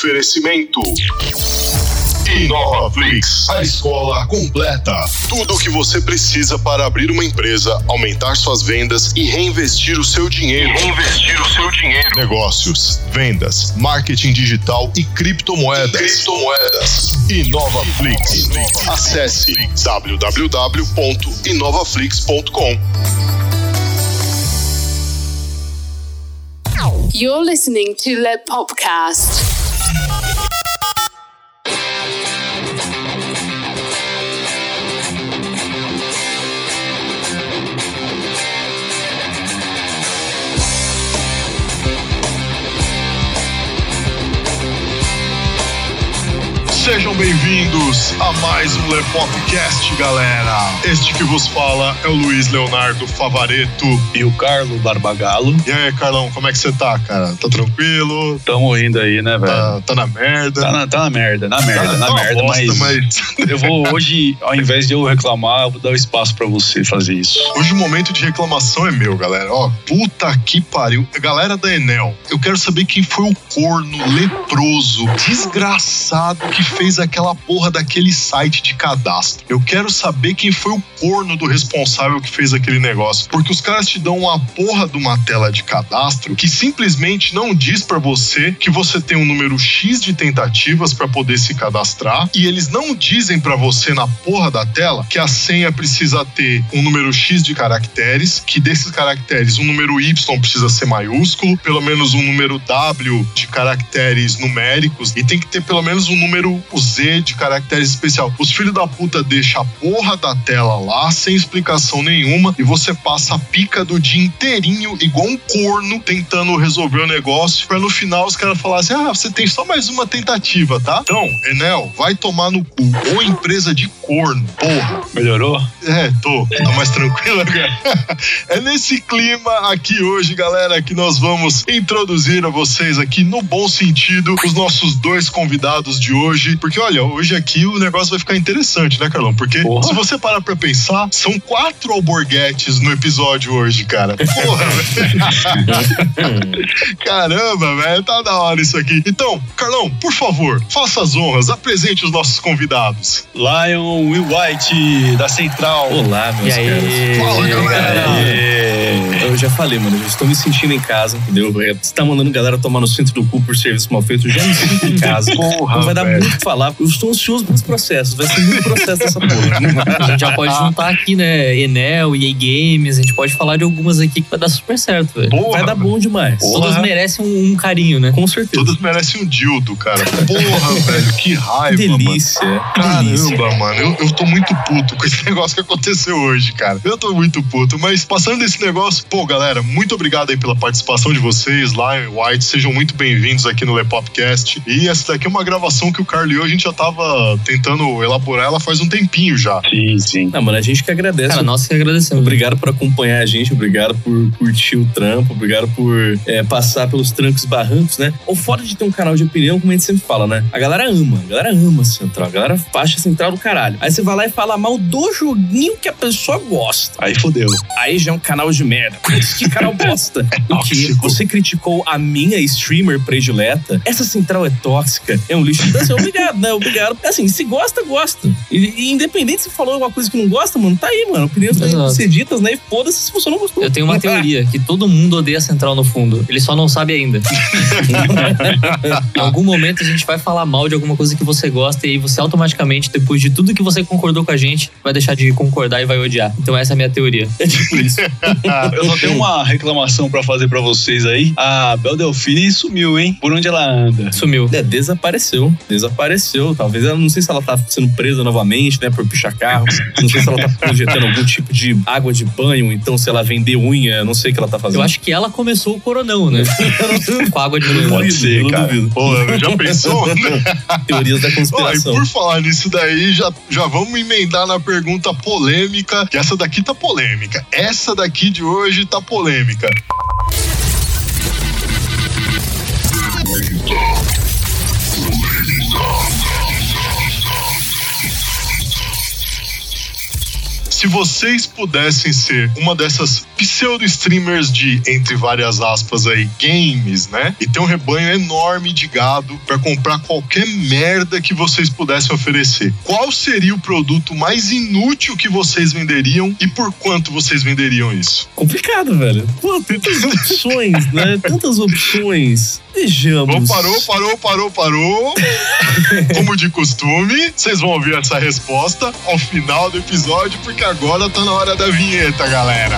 Oferecimento InovaFlix, a escola completa. Tudo o que você precisa para abrir uma empresa, aumentar suas vendas e reinvestir o seu dinheiro. Negócios, vendas, marketing digital e criptomoedas. InovaFlix. Acesse www.inovaflix.com. You're listening to Le Popcast. Sejam bem-vindos a mais um Le Popcast, galera. Este que vos fala é o Luiz Leonardo Favaretto e o Carlo Barbagalo. E aí, Carlão, como é que você tá, cara? Tá tranquilo? Tamo indo aí, né, velho? Tá na merda. Tá na merda, bosta, mas eu vou hoje, ao invés de eu reclamar, eu vou dar o espaço pra você fazer isso. Hoje o momento de reclamação é meu, galera. Ó, puta que pariu. Galera da Enel, eu quero saber quem foi o corno leproso, desgraçado que fez aquela porra daquele site de cadastro. Eu quero saber quem foi o corno do responsável que fez aquele negócio, porque os caras te dão uma porra de uma tela de cadastro que simplesmente não diz pra você que você tem um número X de tentativas pra poder se cadastrar, e eles não dizem pra você na porra da tela que a senha precisa ter um número X de caracteres, que desses caracteres um número Y precisa ser maiúsculo, pelo menos um número W de caracteres numéricos, e tem que ter pelo menos um número Z de caracteres especial. Os filhos da puta deixam a porra da tela lá sem explicação nenhuma, e você passa a pica do dia inteirinho igual um corno tentando resolver o negócio, pra no final os caras falarem assim: você tem só mais uma tentativa, tá? Então, Enel, vai tomar no cu. Ou empresa de corno, porra. Melhorou? Tô mais tranquilo, cara. É nesse clima aqui hoje, galera, que nós vamos introduzir a vocês aqui, no bom sentido, os nossos dois convidados de hoje. Porque, olha, hoje aqui o negócio vai ficar interessante, né, Carlão? Porque se você parar pra pensar, são 4 alborguetes no episódio hoje, cara. Porra, velho. Caramba, velho, tá da hora isso aqui. Então, Carlão, por favor, faça as honras, apresente os nossos convidados. Lion Will White, da Central. Olá, meus caros. Fala, galera. Eu já falei, mano, eu já estou me sentindo em casa, entendeu? Você tá mandando galera tomar no centro do cu por serviço mal feito, eu já me sinto em casa. Porra, não vai dar muito o que falar, eu estou ansioso pelos processos, vai ser muito processo dessa porra. A gente já pode juntar aqui, né, Enel, EA Games, a gente pode falar de algumas aqui que vai dar super certo, velho. Vai dar bom demais. Todas merecem um carinho, né? Com certeza. Todas merecem um dildo, cara. Porra, velho, que raiva, delícia, mano. Caramba, mano, eu tô muito puto com esse negócio que aconteceu hoje, cara. Eu tô muito puto, mas passando desse negócio, pô, galera, muito obrigado aí pela participação de vocês, Lion e White, sejam muito bem-vindos aqui no Le Popcast. E essa daqui é uma gravação que o Carlos e eu, a gente já tava tentando elaborar ela faz um tempinho já. Sim. Não, mano, a gente que agradece. Cara, nós que agradecemos. Obrigado por acompanhar a gente, obrigado por curtir o trampo, obrigado por passar pelos trancos e barrancos, né? O foda de ter um canal de opinião, como a gente sempre fala, né? A galera ama a Central, a galera acha a Central do caralho. Aí você vai lá e fala mal do joguinho que a pessoa gosta. Aí fodeu. Aí já é um canal de merda. Putz, que canal bosta. O quê? Você criticou a minha streamer predileta? Essa Central é tóxica, é um lixo. Então, assim, obrigado, né? Obrigado. Assim, se gosta, gosta. E independente se falou alguma coisa que não gosta, mano, tá aí, mano. Opiniões estão ser ditas, né? E foda-se se você não gostou. Eu tenho uma teoria, que todo mundo odeia a Central no fundo. Ele só não sabe ainda. Em algum momento a gente vai falar mal de alguma coisa que você gosta, e aí você automaticamente, depois de tudo que você concordou com a gente, vai deixar de concordar e vai odiar. Então essa é a minha teoria. É tipo isso. Eu só tenho uma reclamação pra fazer pra vocês aí. A Bel Delfine sumiu, hein? Por onde ela anda? Sumiu. Desapareceu. Talvez ela, não sei se ela tá sendo presa novamente, né, por pichar carro. Não sei se ela tá projetando algum tipo de água de banho, então se ela vender unha, não sei o que ela tá fazendo. Eu acho que ela começou o coronão, né? Com água de banho. Pode ser, cara. Pô, já pensou? Teorias da conspiração. E por falar nisso daí, já vamos emendar na pergunta polêmica, que essa daqui tá polêmica. Essa daqui de hoje tá polêmica. se vocês pudessem ser uma dessas pseudo-streamers de, entre várias aspas aí, games, né? E ter um rebanho enorme de gado pra comprar qualquer merda que vocês pudessem oferecer, qual seria o produto mais inútil que vocês venderiam e por quanto vocês venderiam isso? Complicado, velho. Pô, tantas opções, né? Tantas opções. Vejamos. Parou. Como de costume, vocês vão ouvir essa resposta ao final do episódio, porque agora tá na hora da vinheta, galera.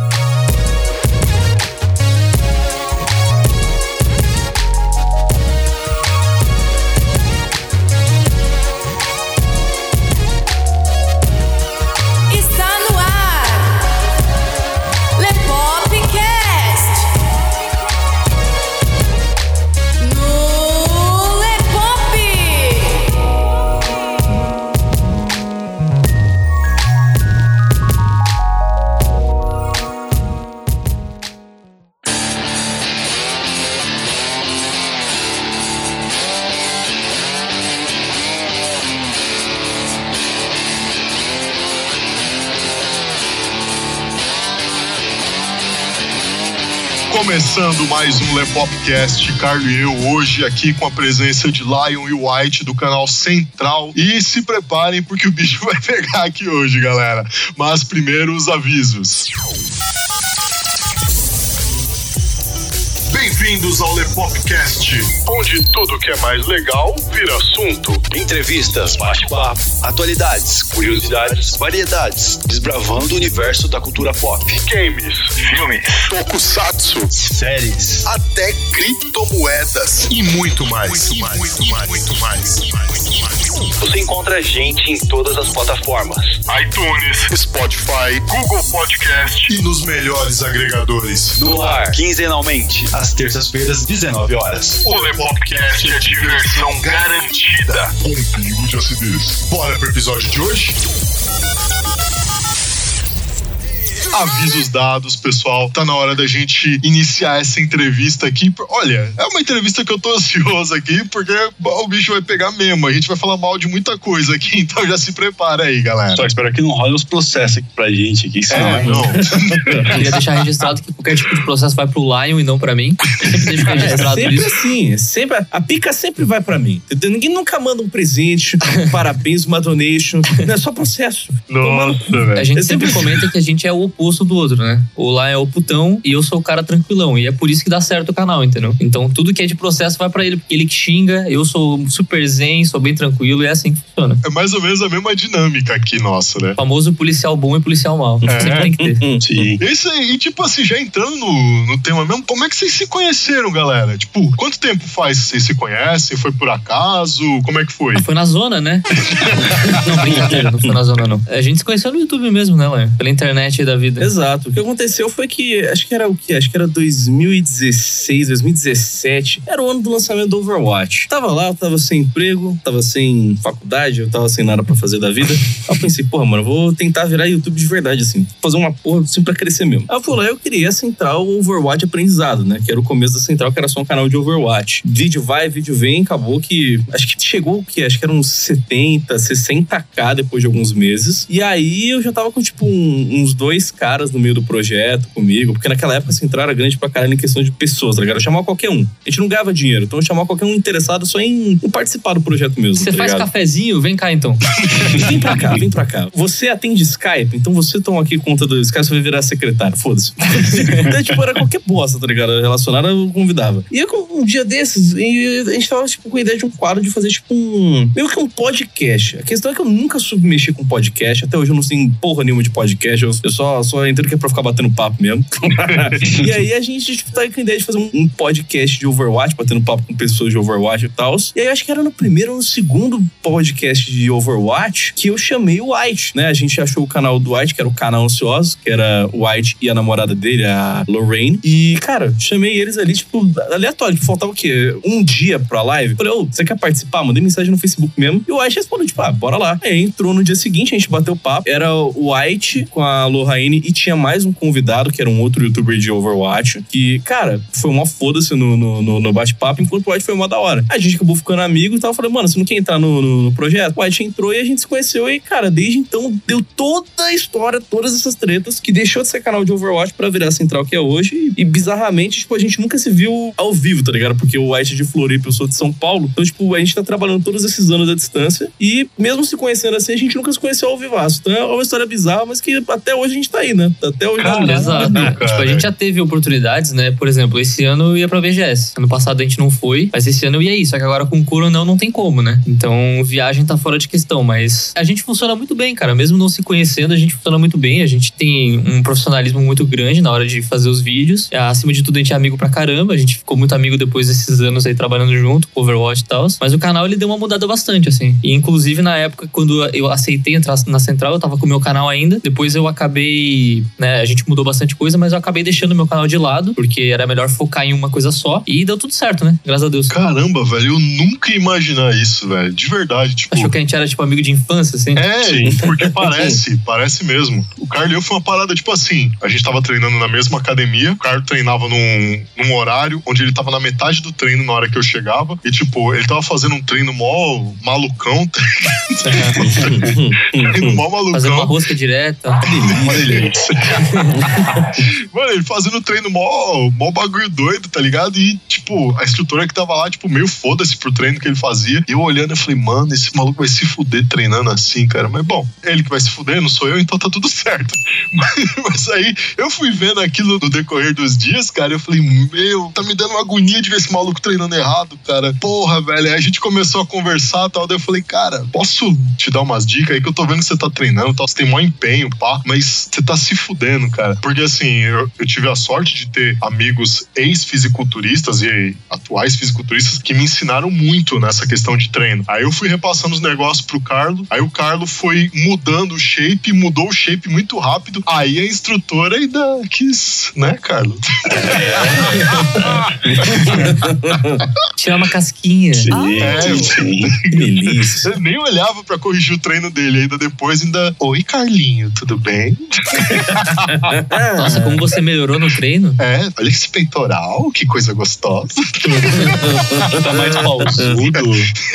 Começando mais um Lepopcast, Carlos e eu, hoje aqui com a presença de Lion e White do canal Central. E se preparem porque o bicho vai pegar aqui hoje, galera. Mas primeiro os avisos. Bem-vindos ao Lepopcast, onde tudo que é mais legal vira assunto. Entrevistas, bate-papo, atualidades, curiosidades, variedades, desbravando o universo da cultura pop. Games, filmes, tokusatsu, séries, até criptomoedas e muito mais. Você encontra a gente em todas as plataformas: iTunes, Spotify, Google Podcast e nos melhores agregadores. No ar, quinzenalmente, às terças-feiras, 19 horas. O Lepopcast é diversão garantida. Com um pingo de acidez. Bora pro episódio de hoje? Avisos dados, pessoal. Tá na hora da gente iniciar essa entrevista aqui. Olha, é uma entrevista que eu tô ansioso aqui, porque o bicho vai pegar mesmo. A gente vai falar mal de muita coisa aqui, então já se prepara aí, galera. Só espero que não role os processos aqui pra gente aqui. Não. Eu queria deixar registrado que qualquer tipo de processo vai pro Lion e não pra mim. Sempre deixo registrado sempre isso. Assim, sempre a pica sempre vai pra mim. Entendeu? Ninguém nunca manda um presente, um parabéns, uma donation. Não é só processo. Nossa, velho. A gente sempre comenta que a gente é o oposto do outro, né? O Lion é o putão e eu sou o cara tranquilão. E é por isso que dá certo o canal, entendeu? Então tudo que é de processo vai pra ele, porque ele que xinga, eu sou super zen, sou bem tranquilo e é assim que funciona. É mais ou menos a mesma dinâmica aqui, nossa, né? O famoso policial bom e policial mal. Sempre tem que ter. Sim. Isso aí, e tipo assim, já entrando no tema mesmo, como é que vocês se conheceram, galera? Tipo, quanto tempo faz que vocês se conhecem? Foi por acaso? Como é que foi? Foi na zona, né? Não, brincadeira, não foi na zona, não. A gente se conheceu no YouTube mesmo, né, Lion? Pela internet da vida. Exato. O que aconteceu foi que, acho que era 2016, 2017. Era o ano do lançamento do Overwatch. Tava lá, eu tava sem emprego, tava sem faculdade, eu tava sem nada pra fazer da vida. Aí eu pensei, porra, mano, eu vou tentar virar YouTube de verdade, assim. Fazer uma porra assim pra crescer mesmo. Aí eu fui lá, eu queria a Central Overwatch Aprendizado, né? Que era o começo da Central, que era só um canal de Overwatch. Vídeo vai, vídeo vem, acabou que... Acho que chegou o quê? Acho que eram uns 70, 60k depois de alguns meses. E aí eu já tava com, tipo, uns 2 caras no meio do projeto comigo, porque naquela época a Central era grande pra caralho em questão de pessoas, tá ligado? Eu chamava qualquer um. A gente não ganhava dinheiro, então eu chamava qualquer um interessado só em participar do projeto mesmo. Você tá faz ligado? cafezinho? Vem cá, então. Vem pra cá. Você atende Skype, então você toma aqui conta do Skype, você vai virar secretário, foda-se. Então, tipo, era qualquer bosta, tá ligado? Relacionada, eu convidava. E eu, um dia desses, a gente tava, tipo, com a ideia de um quadro de fazer, tipo, meio que um podcast. A questão é que eu nunca soube mexer com podcast, até hoje eu não sei porra nenhuma de podcast, eu só entendo que é pra ficar batendo papo mesmo. E aí a gente, tipo, tá com a ideia de fazer um podcast de Overwatch, batendo papo com pessoas de Overwatch e tal. E aí acho que era no primeiro ou no segundo podcast de Overwatch que eu chamei o White, né? A gente achou o canal do White, que era o Canal Ansioso, que era o White e a namorada dele, a Lorraine. E, cara, chamei eles ali, tipo, aleatório. Tipo, faltava o quê? Um dia pra live. Falei, você quer participar? Mandei mensagem no Facebook mesmo. E o White respondeu, tipo, bora lá. Aí entrou no dia seguinte, a gente bateu papo. Era o White com a Lorraine Vini, e tinha mais um convidado, que era um outro youtuber de Overwatch, que, cara, foi uma foda-se no bate-papo, enquanto o White foi uma da hora. A gente acabou ficando amigo e tava falando, mano, você não quer entrar no projeto? O White entrou e a gente se conheceu e, cara, desde então deu toda a história, todas essas tretas, que deixou de ser canal de Overwatch pra virar a central que é hoje, e bizarramente, tipo, a gente nunca se viu ao vivo, tá ligado? Porque o White é de Floripa, eu sou de São Paulo, então, tipo, a gente tá trabalhando todos esses anos à distância, e mesmo se conhecendo assim, a gente nunca se conheceu ao vivaço. Então é uma história bizarra, mas que até hoje a gente tá aí, né? Até hoje. Cara, exato. Tipo, a gente já teve oportunidades, né? Por exemplo, esse ano eu ia pra BGS. Ano passado a gente não foi, mas esse ano eu ia ir. Só que agora com o Coronel não tem como, né? Então viagem tá fora de questão, mas a gente funciona muito bem, cara. Mesmo não se conhecendo, a gente funciona muito bem. A gente tem um profissionalismo muito grande na hora de fazer os vídeos. Acima de tudo, a gente é amigo pra caramba. A gente ficou muito amigo depois desses anos aí trabalhando junto, com Overwatch e tal. Mas o canal, ele deu uma mudada bastante, assim. E inclusive, na época, quando eu aceitei entrar na central, eu tava com o meu canal ainda. Depois eu acabei, né, a gente mudou bastante coisa, mas eu acabei deixando o meu canal de lado, porque era melhor focar em uma coisa só. E deu tudo certo, né? Graças a Deus. Caramba, velho, eu nunca ia imaginar isso, velho. De verdade, tipo... Achou que a gente era, tipo, amigo de infância, assim? É, sim. Porque parece mesmo. O Carlos e eu foi uma parada, tipo assim, a gente tava treinando na mesma academia, o Carlos treinava num horário onde ele tava na metade do treino na hora que eu chegava, e tipo, ele tava fazendo um treino mó malucão, treino mó malucão. Fazendo uma rosca direta. Mano, ele fazendo treino mó bagulho doido, tá ligado? E, tipo, a instrutora que tava lá, tipo, meio foda-se pro treino que ele fazia. E eu olhando, eu falei, mano, esse maluco vai se fuder treinando assim, cara. Mas, bom, ele que vai se fuder, não sou eu, então tá tudo certo. Mas aí, eu fui vendo aquilo no decorrer dos dias, cara, eu falei, meu, tá me dando uma agonia de ver esse maluco treinando errado, cara. Porra, velho. Aí a gente começou a conversar e tal, daí eu falei, cara, posso te dar umas dicas aí que eu tô vendo que você tá treinando, tal, você tem maior empenho, pá, mas você tá se fudendo, cara. Porque assim, eu tive a sorte de ter amigos ex-fisiculturistas e atuais fisiculturistas que me ensinaram muito nessa questão de treino. Aí eu fui repassando os negócios pro Carlos, aí o Carlos foi mudando o shape, mudou o shape muito rápido, aí a instrutora ainda quis, né, Carlos? Tirar uma casquinha. Sim, sim. Que delícia. Eu nem olhava pra corrigir o treino dele, ainda depois, oi, Carlinho, tudo bem? Nossa, como você melhorou no treino? É, olha esse peitoral, que coisa gostosa. Tá mais pausudo.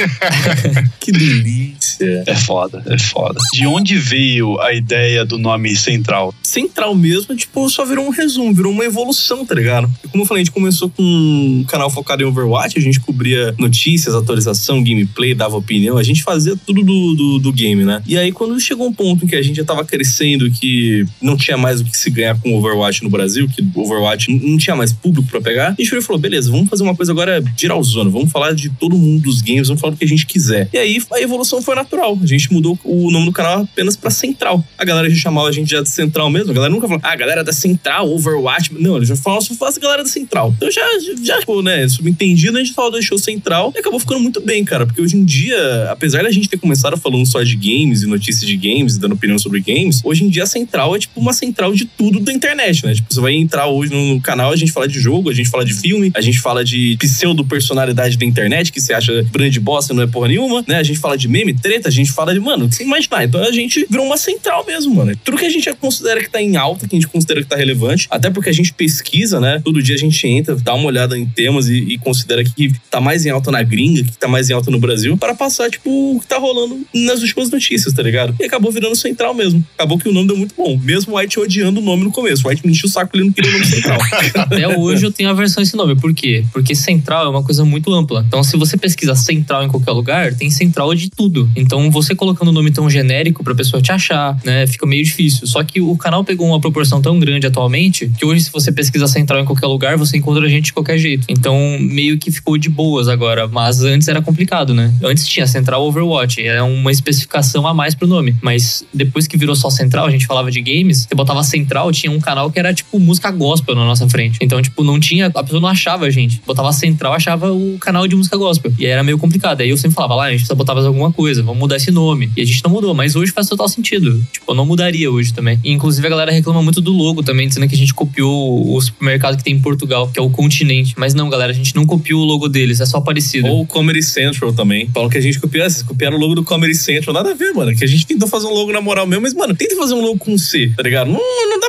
Que delícia. É foda. De onde veio a ideia do nome Central? Central mesmo, tipo, só virou um resumo, virou uma evolução, tá ligado? E como eu falei, a gente começou com um canal focado em Overwatch, a gente cobria notícias, atualização, gameplay, dava opinião, a gente fazia tudo do game, né? E aí, quando chegou um ponto em que a gente já tava crescendo, que não tinha mais o que se ganhar com Overwatch no Brasil, que Overwatch não tinha mais público pra pegar, a gente falou, beleza, vamos fazer uma coisa agora geralzona, vamos falar de todo mundo dos games, vamos falar do que a gente quiser. E aí, a evolução foi natural, a gente mudou o nome do canal apenas pra Central. A galera já chamava a gente já de Central mesmo, a galera nunca falou, galera da Central, Overwatch, não, eles já falavam, só faz a galera da Central. Então já ficou, né, subentendido, a gente só deixou Central e acabou ficando muito bem, cara, porque hoje em dia, apesar da gente ter começado falando só de games e notícias de games e dando opinião sobre games, hoje em dia a Central é tipo uma central de tudo da internet, né? Tipo, você vai entrar hoje no canal, a gente fala de jogo, a gente fala de filme, a gente fala de pseudo-personalidade da internet, que você acha grande bosta, não é porra nenhuma, né? A gente fala de meme, treta, a gente fala de, mano, sem imaginar. Então a gente virou uma central mesmo, mano. Tudo que a gente considera que tá em alta, que a gente considera que tá relevante, até porque a gente pesquisa, né? Todo dia a gente entra, dá uma olhada em temas e considera que tá mais em alta na gringa, que tá mais em alta no Brasil, para passar, tipo, o que tá rolando nas últimas notícias, tá ligado? E acabou virando central mesmo. Acabou que o nome deu muito bom. Mesmo o White odiando o nome no começo. O White me encheu o saco, ele não queria o nome central. Até hoje eu tenho aversão a esse nome. Por quê? Porque central é uma coisa muito ampla. Então, se você pesquisa central em qualquer lugar, tem central de tudo. Então, você colocando um nome tão genérico pra pessoa te achar, né? Fica meio difícil. Só que o canal pegou uma proporção tão grande atualmente, que hoje, se você pesquisa central em qualquer lugar, você encontra a gente de qualquer jeito. Então, meio que ficou de boas agora. Mas antes era complicado, né? Antes tinha Central Overwatch. Era uma especificação a mais pro nome. Mas depois que virou só Central, a gente falava de games, você botava Central, tinha um canal que era, tipo, música gospel na nossa frente. Então, tipo, não tinha... A pessoa não achava a gente. Botava Central, achava o canal de música gospel. E aí era meio complicado. Aí eu sempre falava, a gente precisa botar mais alguma coisa. Vamos mudar esse nome. E a gente não mudou. Mas hoje faz total sentido. Tipo, eu não mudaria hoje também. E, inclusive, a galera reclama muito do logo também, dizendo que a gente copiou o supermercado que tem em Portugal, que é o Continente. Mas não, galera, a gente não copiou o logo deles. É só parecido. Ou o Comedy Central também. Falam que a gente copiou. Vocês copiaram o logo do Comedy Central. Nada a ver, mano. Que a gente tentou fazer um logo na moral mesmo. Mas, mano, tenta fazer um logo com C, tá ligado? Não dá pra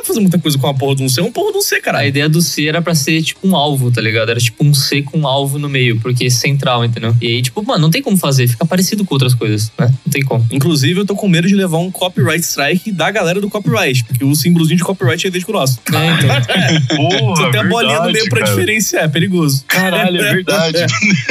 fazer muita coisa com a porra de um C. É um porra de um C, caralho. A ideia do C era pra ser tipo um alvo, tá ligado? Era tipo um C com um alvo no meio, porque é central, entendeu? E aí, tipo, mano, não tem como fazer. Fica parecido com outras coisas, né? Não tem como. Inclusive, eu tô com medo de levar um copyright strike da galera do copyright, porque o símbolozinho de copyright é idêntico nosso. Então. Porra, Só tem a bolinha no meio pra diferenciar, é perigoso. Caralho, é verdade.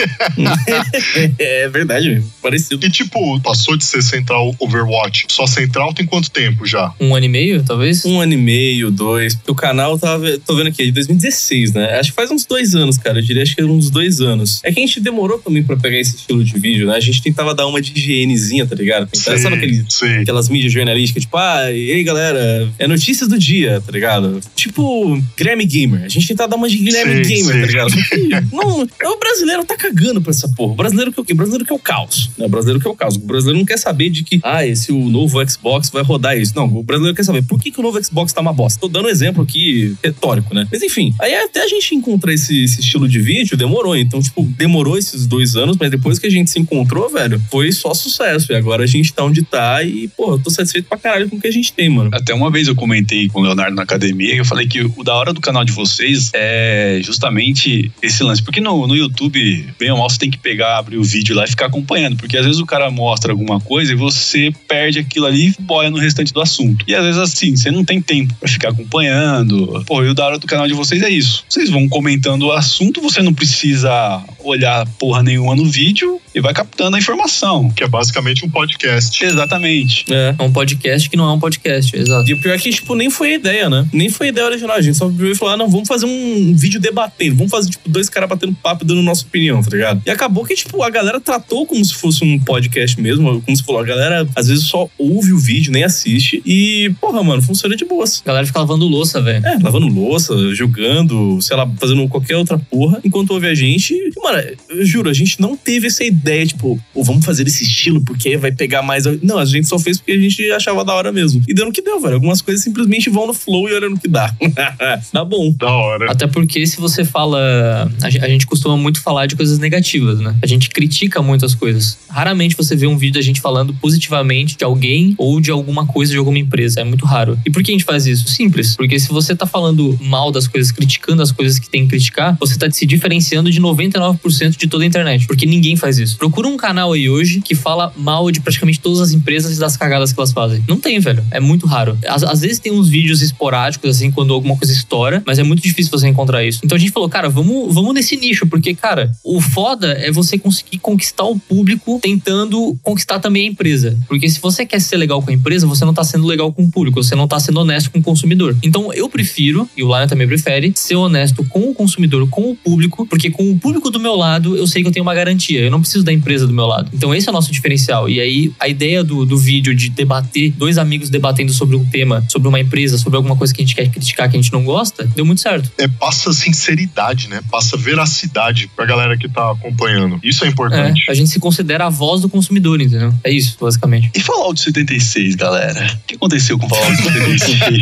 É verdade mesmo, parecido. E tipo, passou de ser central Overwatch. Só central tem quanto tempo já? 1 ano e meio, talvez? 1 ano e meio, 2. Porque o canal tô vendo aqui, é de 2016, né? Acho que faz uns 2 anos, cara. Eu diria acho que uns 2 anos. É que a gente demorou também pra pegar esse estilo de vídeo, né? A gente tentava dar uma de higienezinha, tá ligado? Sabe aquelas mídias jornalísticas, tipo, e aí galera, é notícias do dia, tá ligado? Tipo, Guilherme Gamer. A gente tentava dar uma de Guilherme Gamer, tá ligado? Só que, não, o brasileiro tá cagando pra essa porra. O brasileiro quer o quê? O brasileiro quer o caos. O brasileiro quer o caos. O brasileiro não quer saber de que, esse o novo Xbox vai rodar isso. Não, o brasileiro quer saber por que o novo Xbox tá uma bosta. Tô dando um exemplo aqui retórico, né? Mas enfim, aí até a gente encontrar esse estilo de vídeo, demorou. Então, tipo, demorou esses 2 anos, mas depois que a gente se encontrou, velho, foi só sucesso. E agora a gente tá onde tá e, pô, eu tô satisfeito pra caralho com o que a gente tem, mano. Até uma vez eu comentei com o Leonardo na academia, eu falei que o da hora do canal de vocês é justamente esse lance. Porque no YouTube, bem ou mal, você tem que pegar, abrir o vídeo lá e ficar acompanhando. Porque às vezes o cara mostra alguma coisa e você perde aquilo ali e boia no restante do assunto. E às vezes assim, você não tem tempo pra ficar acompanhando. Pô, e o da hora do canal de vocês é isso. Vocês vão comentando o assunto, você não precisa olhar porra nenhuma no vídeo e vai captando a informação. Que é basicamente um podcast. Exatamente. É um podcast que não é um podcast, exato. E o pior é que, tipo, nem foi a ideia, né? Nem foi a ideia original. A gente só viu e falou, não, vamos fazer um vídeo debatendo. Vamos fazer, tipo, 2 caras batendo papo e dando nossa opinião, tá ligado? E acabou que, tipo, a galera tratou como se fosse um podcast mesmo. Como se falou, a galera, às vezes, só ouve o vídeo, nem assiste. E, porra, mano, funciona de boas. A galera fica lavando louça, velho. Lavando louça, jogando, sei lá, fazendo qualquer outra porra, enquanto ouve a gente. E, mano, eu juro, a gente não teve essa ideia, tipo, vamos fazer esse estilo porque vai pegar mais... Não, a gente só fez porque a gente achava da hora mesmo. E deu no que deu, velho. Algumas coisas simplesmente vão no flow e olhando no que dá. Tá bom. Da hora. Até porque se você fala... A gente costuma muito falar de coisas negativas, né? A gente critica muitas coisas. Raramente você vê um vídeo da gente falando positivamente de alguém ou de alguma coisa de alguma empresa. É muito raro. E por que a gente faz isso? Simples. Porque se você tá falando mal das coisas, criticando as coisas que tem que criticar, você tá se diferenciando de 99% de toda a internet. Porque ninguém faz isso. Procura um canal aí hoje que fala mal de praticamente todas as empresas e das cagadas que elas fazem. Não tem, velho. É muito raro. Às vezes tem uns vídeos esporádicos, assim, quando alguma coisa estoura, mas é muito difícil você encontrar isso. Então a gente falou, cara, vamos nesse nicho, porque, cara, o foda é você conseguir conquistar o público tentando conquistar também a empresa. Porque se você quer ser legal com a empresa, você não tá sendo legal com o público, você não tá sendo honesto com o consumidor. Então eu prefiro, e o Lion também prefere, ser honesto com o consumidor, com o público, porque com o público do meu lado, eu sei que eu tenho uma garantia. Eu não preciso da empresa do meu lado. Então esse é o nosso diferencial. E aí, a ideia do vídeo de debater, 2 amigos debatendo sobre um tema, sobre uma empresa, sobre alguma coisa que a gente quer criticar, que a gente não gosta, deu muito certo. Passa sinceridade, né? Passa veracidade pra galera que tá acompanhando. Isso é importante. A gente se considera a voz do consumidor, entendeu? É isso, basicamente. E Fallout 76, galera? O que aconteceu com o Fallout 76?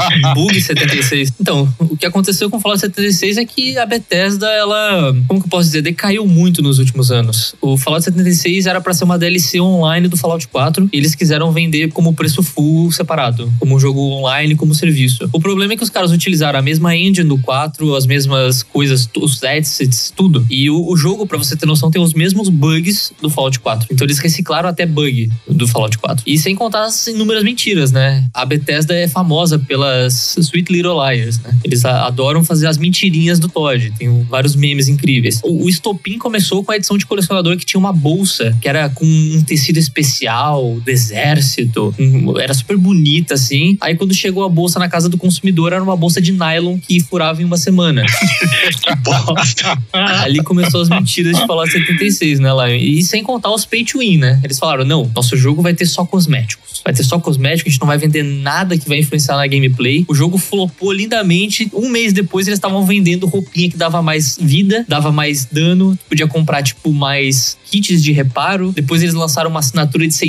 Bug 76. Então, o que aconteceu com o Fallout 76 é que a Bethesda, ela, como que eu posso dizer, decaiu muito nos últimos anos. O Fallout 76 era pra ser uma DLC online do Fallout 4 e eles quiseram vender como preço full separado, como um jogo online, como serviço. O problema é que os caras utilizaram a mesma engine do 4, as mesmas coisas, os assets, tudo. E o jogo, pra você ter noção, tem os mesmos bugs do Fallout 4. Então eles reciclaram até bug do Fallout 4. E sem contar as inúmeras mentiras, né? A Bethesda é famosa pelas Sweet Little Liars, né? Eles adoram fazer as mentirinhas do Todd. Tem vários memes incríveis. O estopim começou com a edição de colecionador que tinha uma bolsa, que era com um tecido especial do exército. Era super bonita, assim. Aí quando chegou a bolsa na casa do consumidor, era uma bolsa de nylon que furava em uma semana. Que bosta! Ali começou as mentiras de Fallout 76, né, Lion? E sem contar os pay to win, né? Eles falaram, não, nosso jogo vai ter só cosméticos. Vai ter só cosméticos, a gente não vai vender nada que vai influenciar na gameplay. O jogo flopou lindamente. Um mês depois, eles estavam vendendo roupinha que dava mais vida, dava mais dano. Podia comprar, tipo, mais mais kits de reparo. Depois eles lançaram uma assinatura de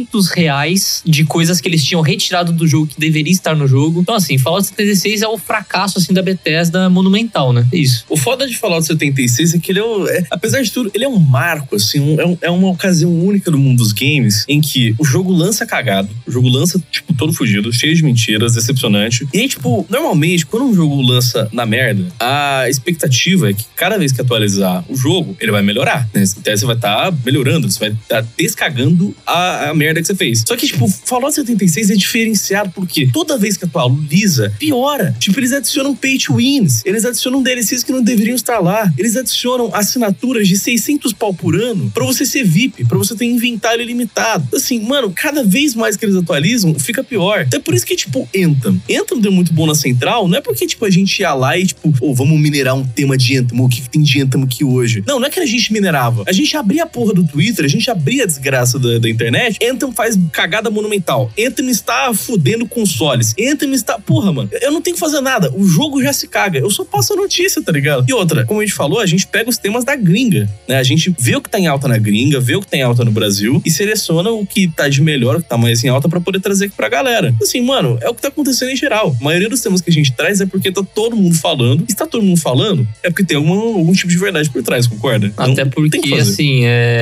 R$600 de coisas que eles tinham retirado do jogo que deveria estar no jogo. Então, assim, Fallout 76 é o fracasso, assim, da Bethesda monumental, né? É isso. O foda de Fallout 76 é que ele apesar de tudo, ele é um marco, assim, é uma ocasião única do mundo dos games em que o jogo lança cagado, o jogo lança, tipo, todo fugido, cheio de mentiras, decepcionante. E aí, tipo, normalmente, quando um jogo lança na merda, a expectativa é que cada vez que atualizar o jogo, ele vai melhorar, né? Então, você vai estar melhorando, você vai estar descagando a merda que você fez. Só que, tipo, Fallout 76 é diferenciado porque toda vez que atualiza, piora. Tipo, eles adicionam pay to wins, eles adicionam DLCs que não deveriam estar lá, eles adicionam assinaturas de 600 pau por ano pra você ser VIP, pra você ter inventário ilimitado. Assim, mano, cada vez mais que eles atualizam, fica pior. Então é por isso que, tipo, Anthem deu muito bom na Central, não é porque, tipo, a gente ia lá e, tipo, vamos minerar um tema de Anthem, o que tem de Anthem aqui hoje? Não é que a gente minerava. A gente abria a porra do Twitter, a gente abria a desgraça da internet. Anthem faz cagada monumental. Anthem está fudendo consoles. Anthem está... Porra, mano, eu não tenho que fazer nada. O jogo já se caga. Eu só passo a notícia, tá ligado? E outra, como a gente falou, a gente pega os temas da gringa, né? A gente vê o que tá em alta na gringa, vê o que tá em alta no Brasil e seleciona o que tá de melhor, o que tá mais em alta pra poder trazer aqui pra galera. Assim, mano, é o que tá acontecendo em geral. A maioria dos temas que a gente traz é porque tá todo mundo falando. E se tá todo mundo falando, é porque tem algum tipo de verdade por trás, concorda? Até porque, assim,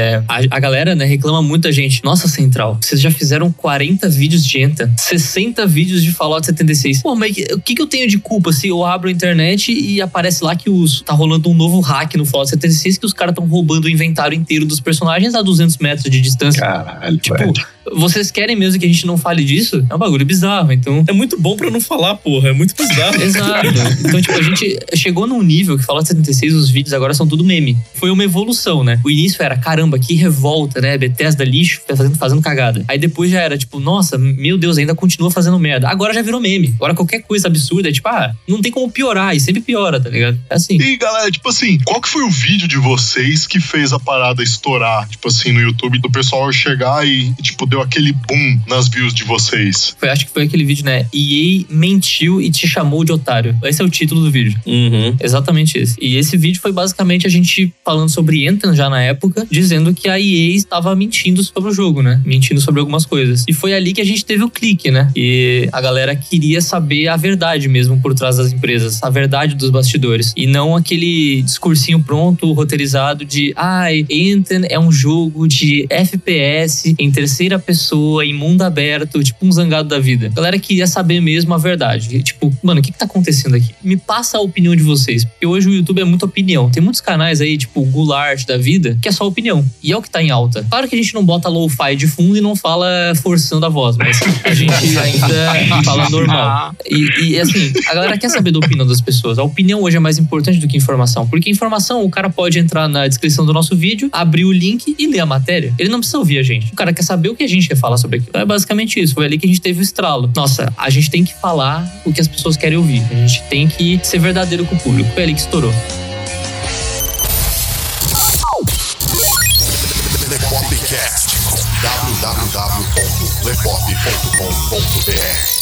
a galera, né, reclama muito da gente. Nossa, Central, vocês já fizeram 40 vídeos de Anthem, 60 vídeos de Fallout 76. Pô, mas o que eu tenho de culpa se eu abro a internet e aparece lá que tá rolando um novo hack no Fallout 76 que os caras estão roubando o inventário inteiro dos personagens a 200 metros de distância. Caralho, tipo, vocês querem mesmo que a gente não fale disso? É um bagulho bizarro, então... É muito bom pra não falar, porra, é muito bizarro. Exato. Então, tipo, a gente chegou num nível que Fallout 76, os vídeos agora são tudo meme. Foi uma evolução, né? O início era, caramba, que revolta, né? Bethesda lixo, fazendo cagada. Aí depois já era, tipo, nossa, meu Deus, ainda continua fazendo merda. Agora já virou meme. Agora qualquer coisa absurda é tipo, não tem como piorar, e sempre piora, tá ligado? É assim. E galera, tipo assim, qual que foi o vídeo de vocês que fez a parada estourar, tipo assim, no YouTube, do pessoal chegar e tipo, deu aquele boom nas views de vocês? Acho que foi aquele vídeo, né? EA mentiu e te chamou de otário. Esse é o título do vídeo. Uhum. Exatamente esse. E esse vídeo foi basicamente a gente falando sobre Anthem já na época, dizendo que a EA estava mentindo sobre o jogo, né? Mentindo sobre algumas coisas. E foi ali que a gente teve o clique, né? E a galera queria saber a verdade mesmo por trás das empresas, a verdade dos bastidores. E não aquele discursinho pronto, roteirizado de Anthem é um jogo de FPS em terceira pessoa, em mundo aberto, tipo um Zangado da vida. A galera queria saber mesmo a verdade. E, tipo, mano, o que tá acontecendo aqui? Me passa a opinião de vocês. Porque hoje o YouTube é muita opinião. Tem muitos canais aí, tipo o Goulart da vida, que é só opinião. E é o que tá em alta. Claro que a gente não bota lo-fi de fundo e não fala forçando a voz, mas a gente ainda fala normal. E assim, a galera quer saber da opinião das pessoas. A opinião hoje é mais importante do que informação. Porque informação, o cara pode entrar na descrição do nosso vídeo, abrir o link e ler a matéria. Ele não precisa ouvir a gente. O cara quer saber o que a gente quer falar sobre aquilo. Então é basicamente isso. Foi ali que a gente teve o estralo. Nossa, a gente tem que falar o que as pessoas querem ouvir. A gente tem que ser verdadeiro com o público. Foi ali que estourou. Lepopcast. www.lepop.com.br.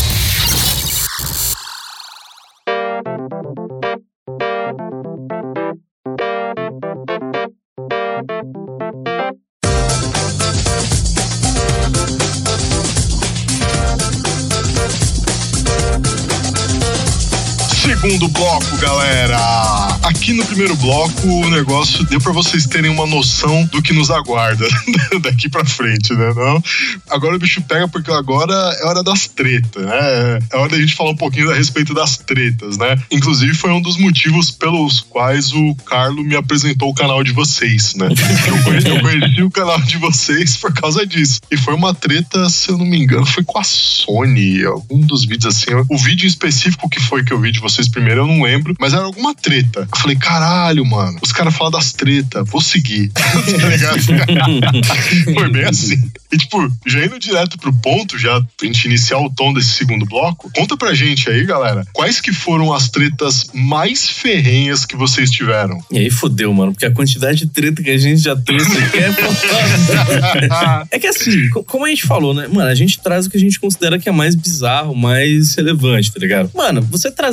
Segundo bloco, galera. Aqui no primeiro bloco, o negócio deu pra vocês terem uma noção do que nos aguarda daqui pra frente, né? Não? Agora o bicho pega porque agora é hora das tretas, né? É hora da gente falar um pouquinho a respeito das tretas, né? Inclusive foi um dos motivos pelos quais o Carlo me apresentou o canal de vocês, né? Eu conheci o canal de vocês por causa disso. E foi uma treta, se eu não me engano, foi com a Sony. Algum dos vídeos assim. O vídeo específico que foi que eu vi de vocês primeiro, eu não lembro, mas era alguma treta. Eu falei, caralho, mano, os caras falam das tretas, vou seguir. Tá ligado? Foi bem assim. E tipo, já indo direto pro ponto, já pra gente iniciar o tom desse segundo bloco, conta pra gente aí, galera, quais que foram as tretas mais ferrenhas que vocês tiveram? E aí fodeu, mano, porque a quantidade de treta que a gente já trouxe aqui é é que assim, como a gente falou, né, mano, a gente traz o que a gente considera que é mais bizarro, mais relevante, tá ligado? Mano, você trazer, tipo, sei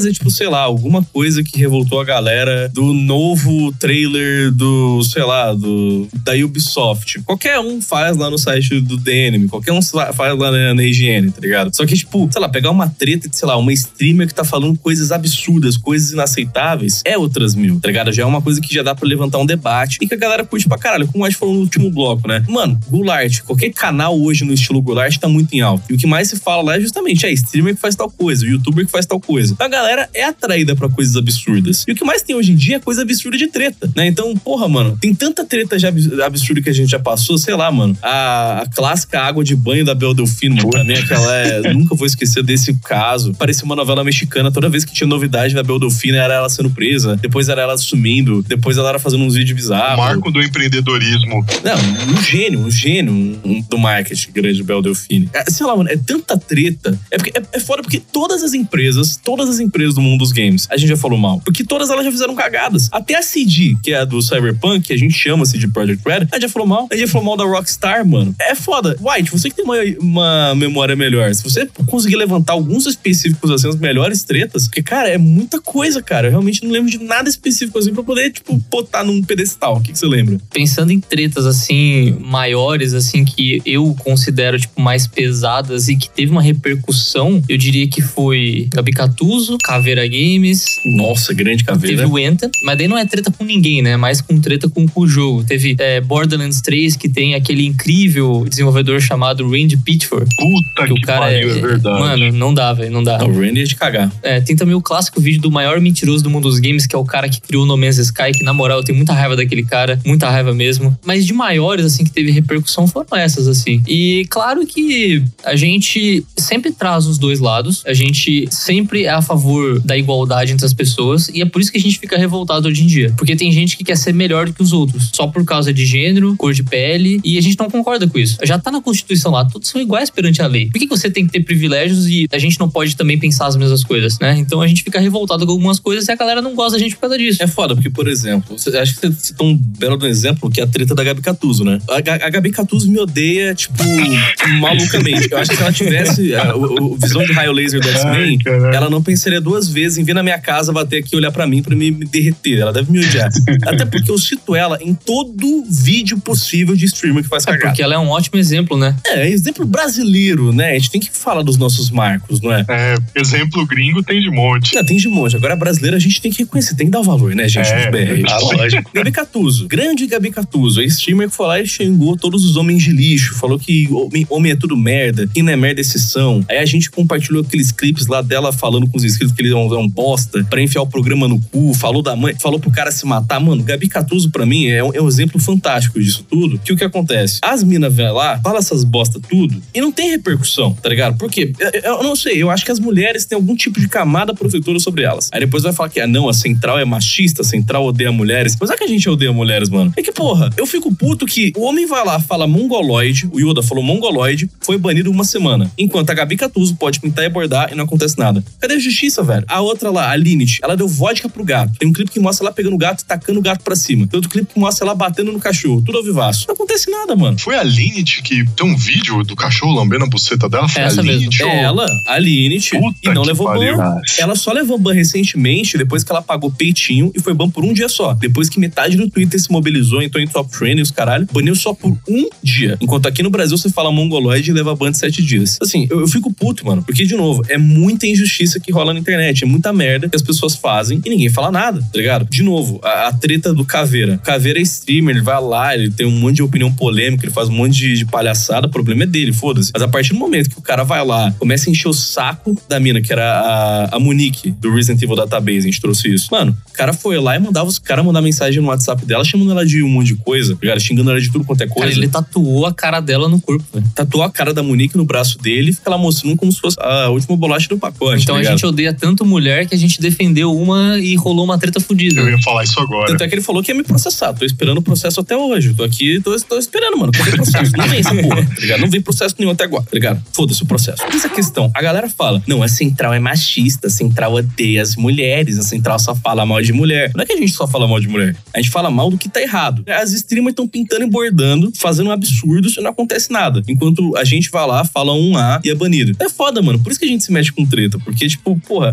sei lá, alguma coisa que revoltou a galera do novo trailer do, sei lá, da Ubisoft. Qualquer um faz lá no site do DNM, qualquer um faz lá na IGN, tá ligado? Só que, tipo, sei lá, pegar uma treta de, sei lá, uma streamer que tá falando coisas absurdas, coisas inaceitáveis, é outras mil, tá ligado? Já é uma coisa que já dá pra levantar um debate e que a galera curte pra caralho, como a gente falou no último bloco, né? Mano, Goulart, qualquer canal hoje no estilo Goulart tá muito em alta. E o que mais se fala lá é justamente, streamer que faz tal coisa, o youtuber que faz tal coisa. Então a galera é atraída pra coisas absurdas. E o que mais tem hoje em dia é coisa absurda de treta, né? Então, porra, mano, tem tanta treta já absurda que a gente já passou, sei lá, mano. A clássica água de banho da Bel Delfino, mano, pra mim nunca vou esquecer desse caso. Parecia uma novela mexicana, toda vez que tinha novidade da Bel Delfino era ela sendo presa, depois era ela sumindo, depois ela era fazendo uns vídeos bizarros. Marco do empreendedorismo. Não, um gênio do marketing grande Bel Delfine. Sei lá, mano, é tanta treta. É foda porque todas as empresas do mundo dos games, a gente já falou mal. Porque todas elas já fizeram cagadas. Até a CD, que é a do Cyberpunk, que a gente chama CD Projekt Red, a gente já falou mal. A gente já falou mal da Rockstar, mano. É foda. White, você que tem uma memória melhor, se você conseguir levantar alguns específicos, assim, as melhores tretas, porque, cara, é muita coisa, cara. Eu realmente não lembro de nada específico, assim, pra poder, tipo, botar num pedestal. O que você lembra? Pensando em tretas, assim, maiores, assim, que eu considero, tipo, mais pesadas e que teve uma repercussão, eu diria que foi Gabi Catuzzo, Caveira Games. Nossa, grande Caveira. Teve o Enta, mas daí não é treta com ninguém, né? Mais com treta com o jogo. Teve Borderlands 3, que tem aquele incrível desenvolvedor chamado Randy Pitchford. Puta que pariu, é verdade. Mano, não dá, velho, não dá. O Randy é de cagar. Tem também o clássico vídeo do maior mentiroso do mundo dos games, que é o cara que criou o No Man's Sky, que na moral eu tenho muita raiva daquele cara, muita raiva mesmo. Mas de maiores, assim, que teve repercussão foram essas, assim. E claro que a gente sempre traz os dois lados, a gente sempre é a favor da igualdade entre as pessoas e é por isso que a gente fica revoltado hoje em dia. Porque tem gente que quer ser melhor do que os outros, só por causa de gênero, cor de pele, e a gente não concorda com isso. Já tá na Constituição lá, todos são iguais perante a lei. Por que você tem que ter privilégios e a gente não pode também pensar as mesmas coisas, né? Então a gente fica revoltado com algumas coisas e a galera não gosta da gente por causa disso. É foda, porque, por exemplo, acho que você citou um belo exemplo, que é a treta da Gabi Catuzzo, né? A Gabi Catuzzo me odeia, tipo, malucamente. Eu acho que se ela tivesse o visão de raio laser do X-Men, ela não pensaria duas vezes em vir na minha casa, bater aqui e olhar pra mim pra me derreter. Ela deve me odiar. Até porque eu cito ela em todo vídeo possível de streamer que faz cagada. Porque ela é um ótimo exemplo, né? Exemplo brasileiro, né? A gente tem que falar dos nossos marcos, não é? Exemplo gringo tem de monte. Não, tem de monte. Agora, brasileiro, a gente tem que reconhecer, tem que dar o valor, né, gente? Dos BR. Lógico. Gabi Catuzzo, grande Gabi Catuzzo, a streamer que foi lá e xingou todos os homens de lixo, falou que homem é tudo merda, quem não é merda é exceção. Aí a gente compartilhou aqueles clipes lá dela falando com os inscritos que ele é um bosta, pra enfiar o programa no cu, falou da mãe, falou pro cara se matar. Mano, Gabi Catuzzo pra mim é um exemplo fantástico disso tudo. Que o que acontece? As minas vêm lá, fala essas bosta tudo e não tem repercussão, tá ligado? Por quê? Eu não sei, eu acho que as mulheres têm algum tipo de camada protetora sobre elas. Aí depois vai falar que, não, a Central é machista, a Central odeia mulheres. Mas é que a gente odeia mulheres, mano. É que, porra, eu fico puto que o homem vai lá, fala mongoloide, o Yoda falou mongoloide, foi banido uma semana. Enquanto a Gabi Catuzzo pode pintar e bordar e não acontece nada. Cadê a justiça, velho? A outra lá, a Linit, ela deu vodka pro gato. Tem um clipe que mostra ela pegando o gato e tacando o gato pra cima. Tem outro clipe que mostra ela batendo no cachorro. Tudo ao vivaço. Não acontece nada, mano. Foi a Linit que tem um vídeo do cachorro lambendo a buceta dela? Foi essa a Linit? mesmo. Ela, a Linit, e não levou pariu. ban. Ela só levou ban recentemente, depois que ela pagou peitinho e foi ban por um dia só. Depois que metade do Twitter se mobilizou, entrou em top training, os caralho, baniu só por um dia. Enquanto aqui no Brasil você fala mongoloide e leva ban de 7 dias. Assim, eu fico puto, mano. Porque, de novo, é muita injustiça que rola na internet. É muita merda que as pessoas fazem e ninguém fala nada, tá ligado? De novo, a treta do Caveira. Caveira é streamer, ele vai lá, ele tem um monte de opinião polêmica, ele faz um monte de palhaçada, o problema é dele, foda-se. Mas a partir do momento que o cara vai lá, começa a encher o saco da mina, que era a Monique, do Resident Evil Database, a gente trouxe isso. Mano, o cara foi lá e mandava os caras mandar mensagem no WhatsApp dela, chamando ela de um monte de coisa, tá ligado? Xingando ela de tudo quanto é coisa. Cara, ele tatuou a cara dela no corpo, velho. Tatuou a cara da Monique no braço dele e fica lá mostrando como se fosse a última bolacha do pacote. Então tá a gente odeia tanto mulher que a gente defendeu uma e rolou uma treta fodida. Eu ia falar isso agora. Tanto é que ele falou que ia me processar. Tô esperando o processo até hoje. Tô aqui, tô esperando, mano. Cadê o processo? Não vem essa porra, tá ligado? Não vem processo nenhum até agora, tá ligado? Foda-se o processo. Essa questão, a galera fala, não, a Central é machista, a Central odeia as mulheres, a Central só fala mal de mulher. Não é que a gente só fala mal de mulher, a gente fala mal do que tá errado. As streamers estão pintando e bordando, fazendo absurdos e não acontece nada. Enquanto a gente vai lá, fala um A e é banido. É foda, mano. Por isso que a gente se mete com treta. Porque, tipo, porra, a gente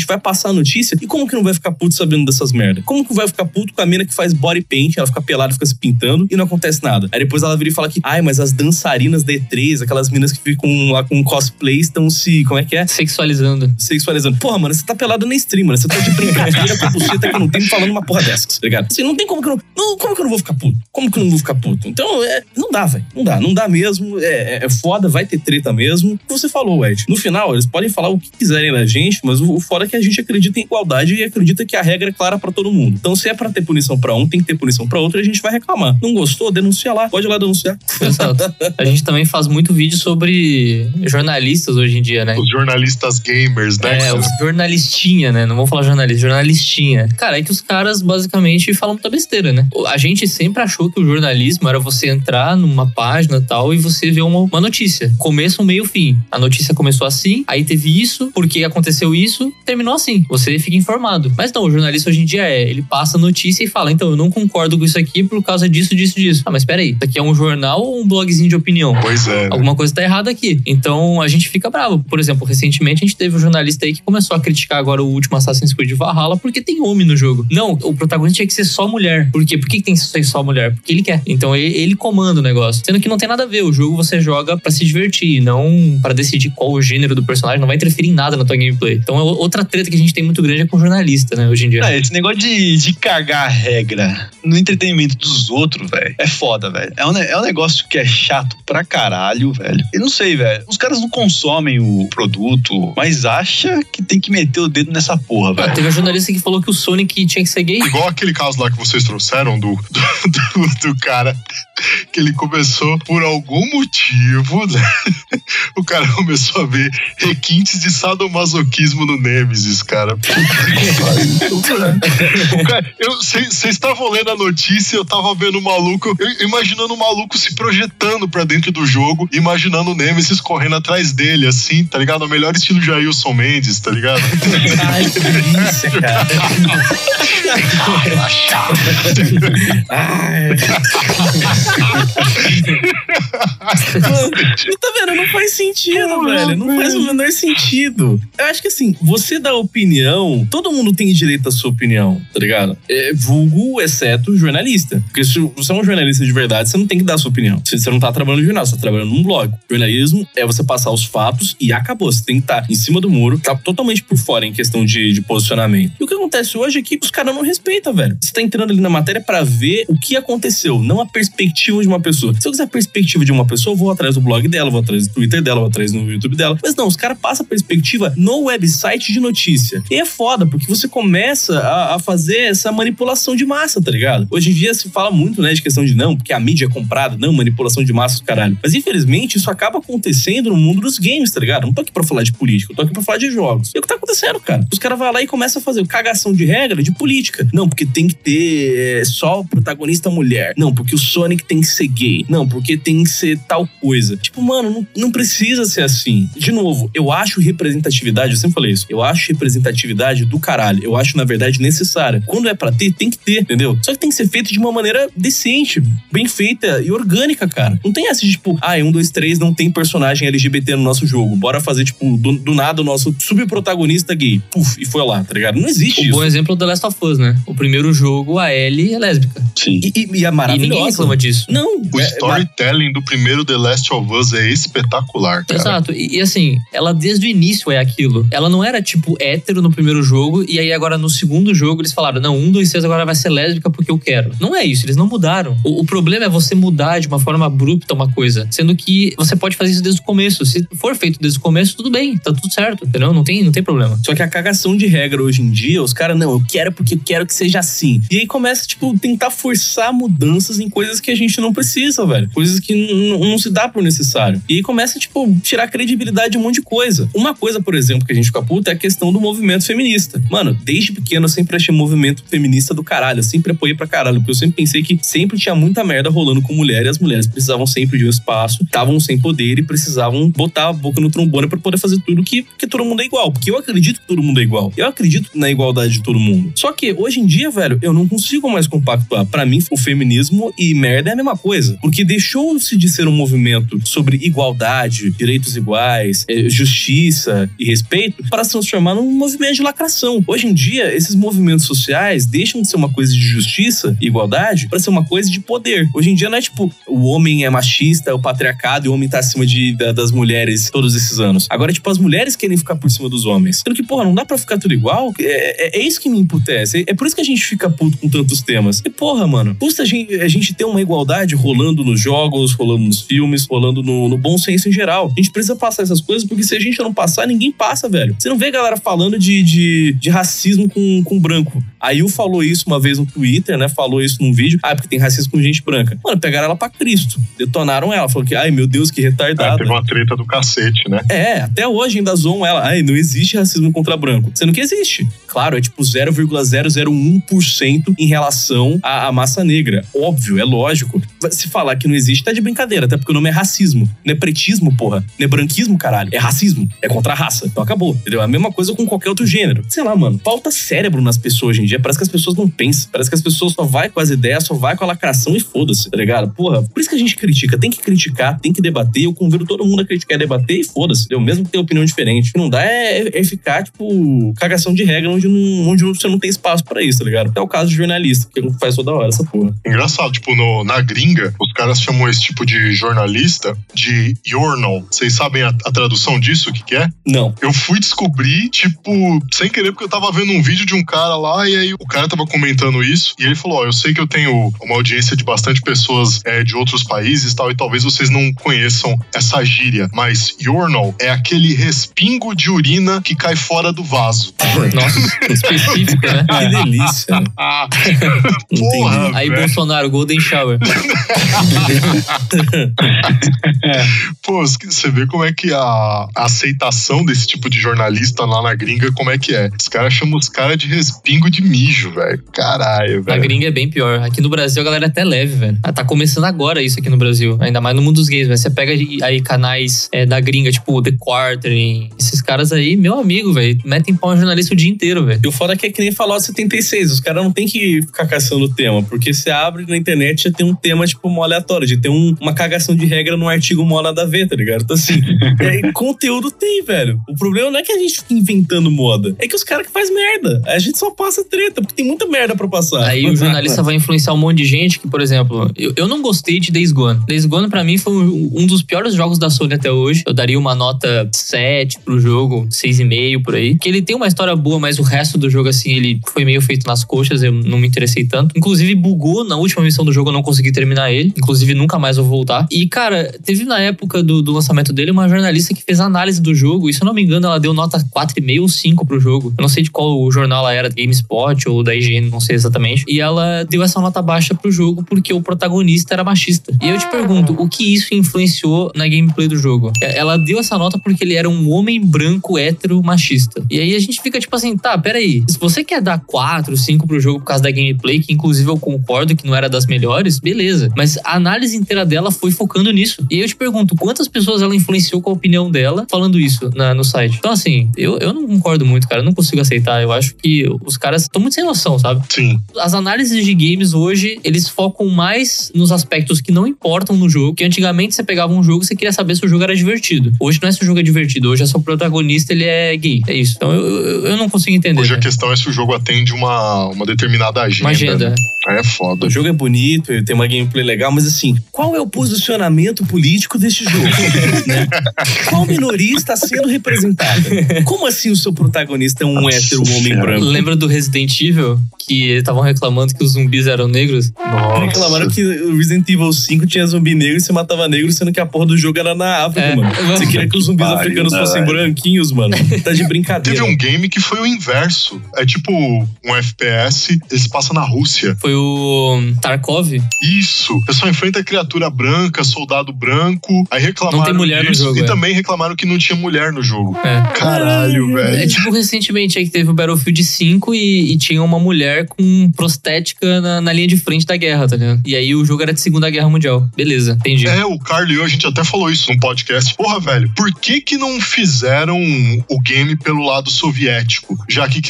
vai passar a notícia e como que não vai ficar puto sabendo dessas merdas? Como que vai ficar puto com a mina que faz body paint, ela fica pelada, fica se pintando e não acontece nada? Aí depois ela vira e fala que, mas as dançarinas da E3, aquelas minas que ficam lá com cosplay, estão se, como é que é? Sexualizando. Porra, mano, você tá pelado na stream, mano. Você tá de brincadeira com a buceta que não tem falando uma porra dessas, tá ligado? Assim, não tem como que eu não... Como que eu não vou ficar puto? Como que eu não vou ficar puto? Então, não dá, velho. Não dá mesmo. É foda, vai ter treta mesmo. O que você falou, Ed. No final, eles podem falar o que quiserem da gente, mas o foda é que a gente acredita em igualdade e acredita que a regra é clara pra todo mundo. Então, se é pra ter punição pra um, tem que ter punição pra outro e a gente vai reclamar. Não gostou? Denuncia lá. Pode ir lá denunciar. Exato. A gente também faz muito vídeo sobre jornalistas hoje em dia, né? Os jornalistas gamers, né? Os jornalistinha, né? Não vou falar jornalista, jornalistinha. Cara, é que os caras basicamente falam muita besteira, né? A gente sempre achou que o jornalismo era você entrar numa página e tal e você ver uma notícia. Começo, meio, fim. A notícia começou assim, aí teve isso, porque aconteceu isso, terminou assim. Você fica informado. Mas não, o jornalista hoje em dia ele passa a notícia e fala, então, eu não concordo com isso aqui por causa disso. Mas peraí, isso aqui é um jornal ou um blogzinho de opinião? Pois é. Alguma coisa tá errada aqui. Então, a gente fica bravo. Por exemplo, recentemente a gente teve um jornalista aí que começou a criticar agora o último Assassin's Creed Valhalla porque tem homem no jogo. Não, o protagonista tinha que ser só mulher. Por quê? Por que tem que ser só mulher? Porque ele quer. Então, ele comanda o negócio. Sendo que não tem nada a ver. O jogo você joga pra se divertir, não pra decidir qual o gênero do personagem. Não vai interferir em nada na tua gameplay. Então, outra treta que a gente tem muito grande é com o jornalista, né? Hoje em dia. Esse negócio de cagar a regra no entretenimento dos outros, velho, é foda, velho. É um negócio que é chato pra caralho, velho. Eu não sei, velho. Os caras não consomem o produto, mas acha que tem que meter o dedo nessa porra, velho. Teve um jornalista que falou que o Sonic tinha que ser gay. Igual aquele caso lá que vocês trouxeram do cara que ele começou por algum motivo, né? O cara começou a ver requintes de sadomasoquismo no Nemesis, cara. Vocês estavam lendo a notícia, eu tava vendo o maluco, imaginando o maluco se projetando pra dentro do jogo, imaginando o Nemesis correndo atrás dele, assim, tá ligado? O melhor estilo Jailson Mendes, tá ligado? Ai, que delícia, cara. Tá vendo? Não faz sentido, velho. Não faz o menor sentido. Eu acho que assim, você dá opinião, todo mundo tem direito à sua opinião, tá ligado? Vulgo, exceto jornalista. Porque se você é um jornalista de verdade, você não tem que dar a sua opinião. Você não tá trabalhando no jornal, você tá trabalhando num blog. Jornalismo é você passar os fatos e acabou. Você tem que estar em cima do muro, tá totalmente por fora em questão de posicionamento. E o que acontece hoje é que os caras não respeitam, velho. Você tá entrando ali na matéria pra ver o que aconteceu, não a perspectiva de uma pessoa. Se eu quiser a perspectiva de uma pessoa, eu vou atrás do blog dela, vou atrás do Twitter dela, vou atrás no YouTube dela. Mas não, os caras passam a perspectiva no website de notícia. E é foda, porque você começa a fazer essa manipulação de massa, tá ligado? Hoje em dia se fala muito, né, de questão de não, porque a mídia é comprada, não, manipulação de massa, caralho. Mas infelizmente isso acaba acontecendo no mundo dos games, tá ligado? Não tô aqui pra falar de política, eu tô aqui pra falar de jogos. E é o que tá acontecendo, cara. Os caras vão lá e começam a fazer cagação de regra de política. Não, porque tem que ter só o protagonista mulher. Não, porque o Sonic tem que ser gay. Não, porque tem que ser tal coisa. Tipo, mano, não precisa ser assim. De novo, eu acho representatividade, eu sempre falei isso, eu acho representatividade do caralho. Eu acho, na verdade, necessária. Quando é pra ter, tem que ter, entendeu? Só que tem que ser feito de uma maneira decente, bem feita e orgânica, cara. Não tem essa de, tipo, 1, 2, 3 não tem personagem LGBT no nosso jogo. Bora fazer, tipo, do nada o nosso subprotagonista gay. Puf, e foi lá, tá ligado? Não existe isso. Um bom exemplo é o The Last of Us, né? O primeiro jogo, a Ellie é lésbica. Sim. E é maravilhosa. E ninguém reclama disso. Não. O storytelling do primeiro The Last of Us é espetacular, cara. Exato. E assim, ela desde o início é aquilo. Ela não era, tipo, hétero no primeiro jogo, e aí agora no segundo jogo eles falaram, não, 1, 2, 3 agora vai ser lésbica porque eu quero. Não é isso, eles não mudaram. O problema é você mudar de uma forma abrupta uma coisa, sendo que você pode fazer isso desde o começo. Se for feito desde o começo, tudo bem, tá tudo certo, entendeu? Não tem problema. Só que a cagação de regra hoje em dia, os caras, não, eu quero porque eu quero que seja assim. E aí começa, tipo, tentar forçar mudanças em coisas que a gente não precisa, velho. Coisas que não se dá por necessário. E aí começa, tipo, tirar a credibilidade de um monte de coisa. Uma coisa, por exemplo, que a gente fica puta é a questão do movimento feminista. Mano, desde pequeno eu sempre achei movimento feminista do caralho. Eu sempre apoiei pra caralho, porque eu sempre pensei que sempre tinha muita merda rolando com mulher e as mulheres precisavam sempre de um espaço, estavam sem poder e precisavam botar a boca no trombone pra poder fazer tudo que todo mundo é igual. Porque eu acredito que todo mundo é igual. Eu acredito na igualdade igualdade de todo mundo. Só que hoje em dia, velho, eu não consigo mais compactuar. Pra mim, o feminismo e merda é a mesma coisa. Porque deixou-se de ser um movimento sobre igualdade, direitos iguais, justiça e respeito, para se transformar num movimento de lacração. Hoje em dia, esses movimentos sociais deixam de ser uma coisa de justiça e igualdade para ser uma coisa de poder. Hoje em dia não é tipo, o homem é machista, é o patriarcado e o homem tá acima das mulheres todos esses anos. Agora, tipo, as mulheres querem ficar por cima dos homens. Sendo que, porra, não dá pra ficar tudo igual. É isso que me emputece. É por isso que a gente fica puto com tantos temas. E, porra, mano, custa a gente ter uma igualdade rolando nos jogos, rolando nos filmes, rolando no bom senso em geral. A gente precisa passar essas coisas, porque se a gente não passar, ninguém passa, velho. Você não vê a galera falando de racismo com branco. A Yu falou isso uma vez no Twitter, né? Falou isso num vídeo. Porque tem racismo com gente branca. Mano, pegaram ela pra Cristo. Detonaram ela. Falou que, ai, meu Deus, que retardada. Teve uma treta do cacete, né? Até hoje ainda zoam ela. Ai, não existe racismo contra branco. Sendo que existe. Claro, é tipo 0,001% em relação à massa negra. Óbvio, é lógico. Se falar que não existe, tá de brincadeira. Até porque o nome é racismo. Não é pretismo, porra. Não é branquismo, caralho. É racismo. É contra a raça. Então acabou. Entendeu? A mesma coisa com qualquer outro gênero. Sei lá, mano. Falta cérebro nas pessoas hoje em dia. Parece que as pessoas não pensam. Parece que as pessoas só vai com as ideias, só vai com a lacração e foda-se, tá ligado? Porra, por isso que a gente critica. Tem que criticar, tem que debater. Eu convido todo mundo a criticar e debater e foda-se, entendeu? Mesmo que tenha opinião diferente. O que não dá é ficar, tipo, cagação de regra onde você não tem espaço pra isso, tá ligado? É o caso de jornalista, que faz toda hora essa porra. Engraçado, tipo, na gringa, os caras chamam esse tipo de jornalista de journal. Vocês sabem a tradução disso, o que é? Não. Eu fui descobrir, tipo, sem querer, porque eu tava vendo um vídeo de um cara lá e aí o cara tava comentando isso e ele falou, eu sei que eu tenho uma audiência de bastante pessoas de outros países e tal, e talvez vocês não conheçam essa gíria, mas journal é aquele respingo de urina que cai fora do vaso. Nossa, específico, né? Que delícia. Porra, aí velho. Bolsonaro, Golden Shower. Pô, você vê como é que a aceitação desse tipo de jornalista lá na gringa, como é que é? Os caras chamam os caras de respingo de mijo, velho. Caralho, velho. A gringa é bem pior. Aqui no Brasil a galera é até leve, velho. Tá começando agora isso aqui no Brasil. Ainda mais no mundo dos gays, velho. Você pega aí canais da gringa, tipo The Quartering. Esses caras aí, meu amigo, velho, metem pau em jornalista o dia inteiro, velho. E o foda é que nem Fallout 76. Os caras não tem que ficar caçando o tema, porque você abre na internet já tem um tema, tipo, mó aleatório. Já tem uma cagação de regra num artigo mó nada a ver, tá ligado? Então, assim, conteúdo tem, velho. O problema não é que a gente fica inventando moda. É que os caras que faz merda. A gente só passa treta, porque tem muita merda pra passar. Aí o jornalista vai influenciar um monte de gente que, por exemplo, eu não gostei de Days Gone. Days Gone, pra mim, foi um dos piores jogos da Sony até hoje. Eu daria uma nota 7 pro jogo, 6,5 por aí. Que ele tem uma história boa, mas o resto do jogo, assim, ele foi meio feito nas coxas, eu não me interessei tanto. Inclusive, bugou na última missão do jogo, eu não consegui terminar ele. Inclusive, nunca mais vou voltar. E, cara, teve na época do lançamento dele uma jornalista que fez análise do jogo, e se eu não me engano, ela deu nota 4,5 ou 5 pro jogo. Eu não sei de qual jornal ela era, GameSpot ou da IGN, não sei exatamente. E ela deu essa nota baixa pro jogo porque o protagonista era machista. E eu te pergunto, o que isso influenciou na gameplay do jogo? Ela deu essa nota porque ele era um homem branco, hétero, machista. E aí a gente fica tipo assim, tá, peraí. Se você quer dar 4, 5 pro jogo por causa da gameplay, que inclusive eu concordo que não era das melhores, beleza. Mas a análise inteira dela foi focando nisso. E aí eu te pergunto, quantas pessoas ela influenciou com a opinião dela falando isso no site? Então assim, eu não concordo muito, cara. Eu não consigo aceitar. Eu acho que os caras estão muito sem noção, sabe? Sim. As análises de games hoje, eles focam mais nos aspectos que não importam no jogo, que antigamente você pegava um jogo e você queria saber se o jogo era divertido. Hoje não é se o jogo é divertido, hoje é se o protagonista ele é gay. É isso. Então eu não consigo entender. Hoje a questão é se o jogo atende uma determinada agenda. Uma agenda. Né? É foda. O jogo é bonito, tem uma gameplay legal, mas assim, qual é o posicionamento político deste jogo? Né? Qual minoria está sendo representada? Como assim o seu protagonista é um hétero, um homem branco? Lembra do Resident Evil? Que estavam reclamando que os zumbis eram negros? Nossa. Reclamaram que o Resident Evil 5 tinha zumbi negro e você matava negro, sendo que a porra do jogo era na África, mano. Você queria que os zumbis africanos fossem branquinhos, mano. Tá de brincadeira. Teve um game que foi o inverso. É tipo um FPS, eles passam na Rússia. Foi o Tarkov? Isso. Você só enfrenta criatura branca, soldado branco. Aí reclamaram não tem mulher disso, no jogo, e também reclamaram que não tinha mulher no jogo. É. Caralho, velho. É tipo recentemente aí que teve o Battlefield 5 e tinha uma mulher com prostética na linha de frente da guerra, tá ligado? E aí o jogo era de Segunda Guerra Mundial. Beleza, entendi. O Carlos e eu, a gente até falou isso num podcast. Porra, velho, por que não fizeram o game pelo lado soviético? Já que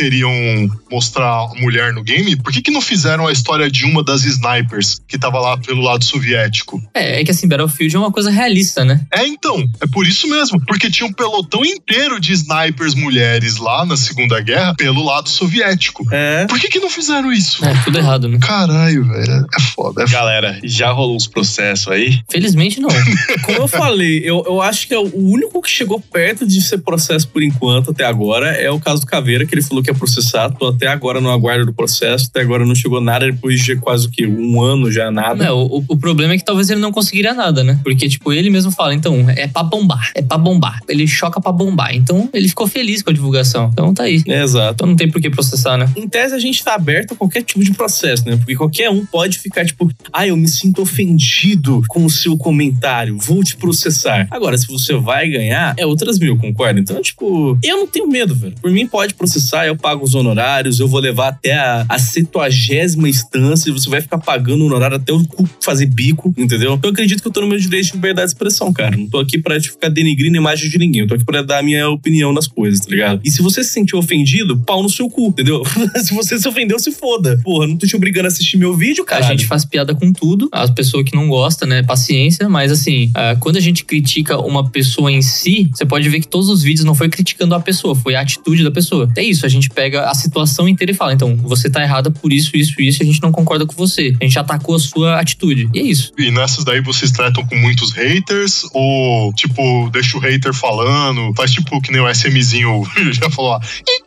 queriam mostrar a mulher no game, por que não fizeram a história de uma das snipers que tava lá pelo lado soviético? É que assim, Battlefield é uma coisa realista, né? Então, é por isso mesmo, porque tinha um pelotão inteiro de snipers mulheres lá na Segunda Guerra pelo lado soviético. Por que não fizeram isso? Tudo errado, né? Caralho, velho, é foda. Galera, já rolou uns processos aí? Felizmente não. Como eu falei, eu acho que o único que chegou perto de ser processo por enquanto, até agora, é o caso do Caveira, que ele falou que ia processar. Tô até agora no aguardo do processo, até agora não chegou nada, depois de quase o quê? Um ano já nada. Não, o problema é que talvez ele não conseguiria nada, né? Porque, tipo, ele mesmo fala, então, é pra bombar. Ele choca pra bombar. Então, ele ficou feliz com a divulgação. Então, tá aí. Exato. Então, não tem por que processar, né? Em tese, a gente tá aberto a qualquer tipo de processo, né? Porque qualquer um pode ficar, tipo, eu me sinto ofendido com o seu comentário, vou te processar. Agora, se você vai ganhar, é outras mil, concorda? Então, tipo, eu não tenho medo, velho. Por mim, pode processar, eu pago os honorários, eu vou levar até a 70ª instância, você vai ficar pagando o honorário até o cu fazer bico, entendeu? Então, eu acredito que eu tô no meu direito de liberdade de expressão, cara. Não tô aqui pra ficar denigrindo a imagem de ninguém. Eu tô aqui pra dar a minha opinião nas coisas, tá ligado? E se você se sentiu ofendido, pau no seu cu, entendeu? Se você se ofendeu, se foda. Porra, não tô te obrigando a assistir meu vídeo, cara. A gente faz piada com tudo. A pessoa que não gosta, né? Paciência. Mas assim, quando a gente critica uma pessoa em si, você pode ver que todos os vídeos não foi criticando a pessoa, foi a atitude da pessoa. É isso, a gente pega a situação inteira e fala, então, você tá errada por isso, e a gente não concorda com você. A gente atacou a sua atitude. E é isso. E nessas daí vocês tratam com muitos haters? Ou, tipo, deixa o hater falando? Faz tipo que nem o SMzinho já falou,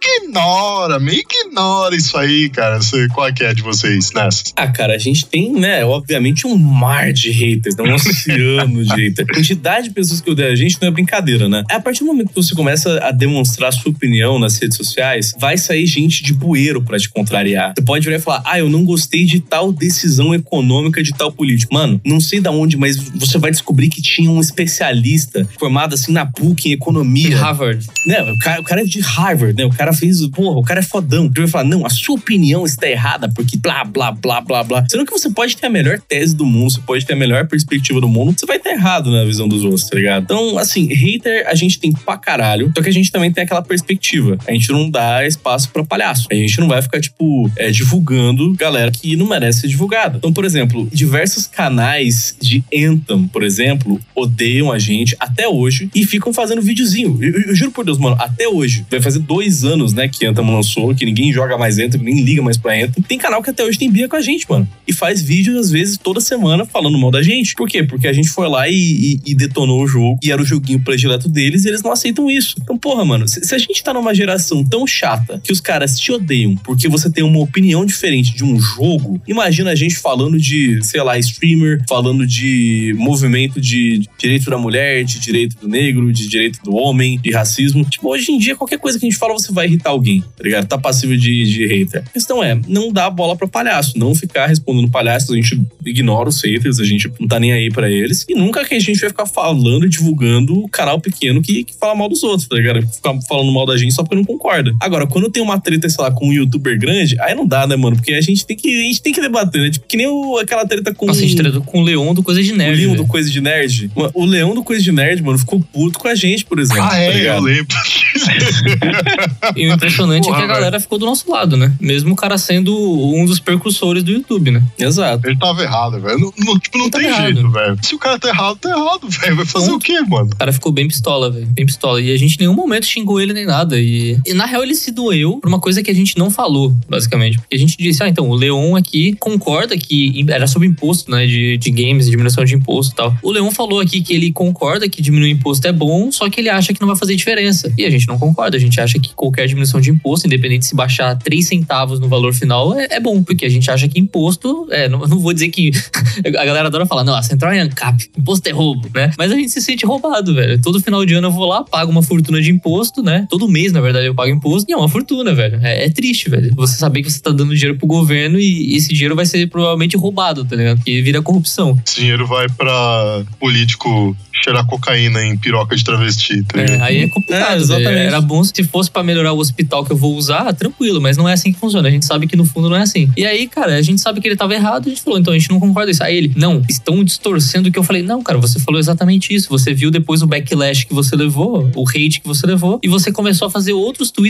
ignora isso aí, cara. Qual é que é de vocês nessas? Cara, a gente tem, né, obviamente um mar de haters, um oceano de haters. A quantidade de pessoas que odeiam a gente não é brincadeira, né? A partir do momento que você começa a demonstrar sua opinião nas redes sociais, vai sair gente de bueiro pra te contrariar. Você pode virar e falar, eu não gostei de tal decisão econômica de tal político. Mano, não sei da onde, mas você vai descobrir que tinha um especialista formado assim na PUC em economia. De Harvard. Né, o cara é de Harvard, né? O cara fez, o cara é fodão. Ele vai falar, não, a sua opinião está errada porque blá, blá, blá, blá, blá. Sendo que você pode ter a melhor tese do mundo, você pode ter a melhor perspectiva do mundo, você vai estar errado na visão dos outros, tá ligado? Então, assim, hater a gente tem pra caralho, só que a gente também tem aquela perspectiva. A gente não dá espaço pra palhaço. A gente não vai ficar, tipo, divulgando galera que não merece ser divulgada. Então, por exemplo, diversos canais de Anthem, por exemplo, odeiam a gente até hoje e ficam fazendo videozinho. Eu juro por Deus, mano, até hoje. Vai fazer 2 anos, né, que Anthem lançou, que ninguém joga mais Anthem, nem liga mais pra Anthem. Tem canal que até hoje tem birra com a gente, mano. E faz vídeos, às vezes, toda semana falando mal da gente. Por quê? Porque a gente foi lá e detonou o jogo, e era o joguinho predileto deles, e eles não aceitam isso. Então, porra, mano, se a gente tá numa geração tão chata que os caras te odeiam porque você tem uma opinião diferente de um jogo, imagina a gente falando de, sei lá, streamer, falando de movimento de direito da mulher, de direito do negro, de direito do homem, de racismo. Tipo, hoje em dia, qualquer coisa que a gente fala, você vai irritar alguém, tá ligado? Tá passível de hater. A questão é, não dá bola pra palhaço, não ficar respondendo palhaços, a gente ignora os haters, a gente não tá nem aí pra eles, e nunca que a gente vai ficar falando e divulgando o canal pequeno que fala mal dos outros, tá ligado? Ficar falando mal da gente só porque não concorda. Agora, quando tem uma treta, sei lá, com um youtuber grande, aí não dá, né, mano? Porque a gente tem que debater, né? Tipo, que nem aquela treta com... Nossa, a gente tretou com o Leon do Coisa de Nerd. O Leon do Coisa de Nerd. O Leão do Coisa de Nerd, mano, ficou puto com a gente, por exemplo. Tá eu lembro. E o impressionante é que a galera ficou do nosso lado, né? Mesmo o cara sendo um dos precursores do YouTube, né? Exato. Ele tava errado, velho. Não tem jeito, velho. Se o cara tá errado, velho. Vai fazer o quê, mano? O cara ficou bem pistola, velho. Bem pistola. E a gente em nenhum momento xingou ele nem nada. E na real ele se doeu por uma coisa que a gente não falou, basicamente. Porque a gente disse, então, o Leon aqui concorda que era sobre imposto, né? De games, diminuição de imposto e tal. O Leon falou aqui que ele concorda que diminuir o imposto é bom, só que ele acha que não vai fazer diferença. E a gente não concorda. A gente acha que qualquer diminuição de imposto, independente se baixar 3 centavos no valor final, é bom. Porque a gente acha que imposto... não vou dizer que... a galera adora falar, não, a central é ANCAP, imposto é roubo, né? Mas a gente se sente roubado, velho. Todo final de ano eu vou lá, pago uma fortuna de imposto, né? Todo mês, na verdade, eu pago imposto. E é uma fortuna, velho. É triste, velho. Você saber que você tá dando dinheiro pro governo e esse dinheiro vai ser provavelmente roubado, tá ligado? Porque vira corrupção. Esse dinheiro vai pra político cheirar cocaína em piroca de travesti, tá ligado? Aí é complicado, exatamente. Era bom se fosse pra melhorar o hospital que eu vou usar, tranquilo, mas não é assim que funciona. A gente sabe que no fundo não é assim. E aí, cara, a gente sabe que ele tava errado, a gente falou, então a gente não concorda com isso. Aí ele, não, estão distorcendo o que eu falei. Não, cara, você falou exatamente isso. Você viu depois o backlash que você levou, o hate que você levou, e você começou a fazer outros tweets pra tentar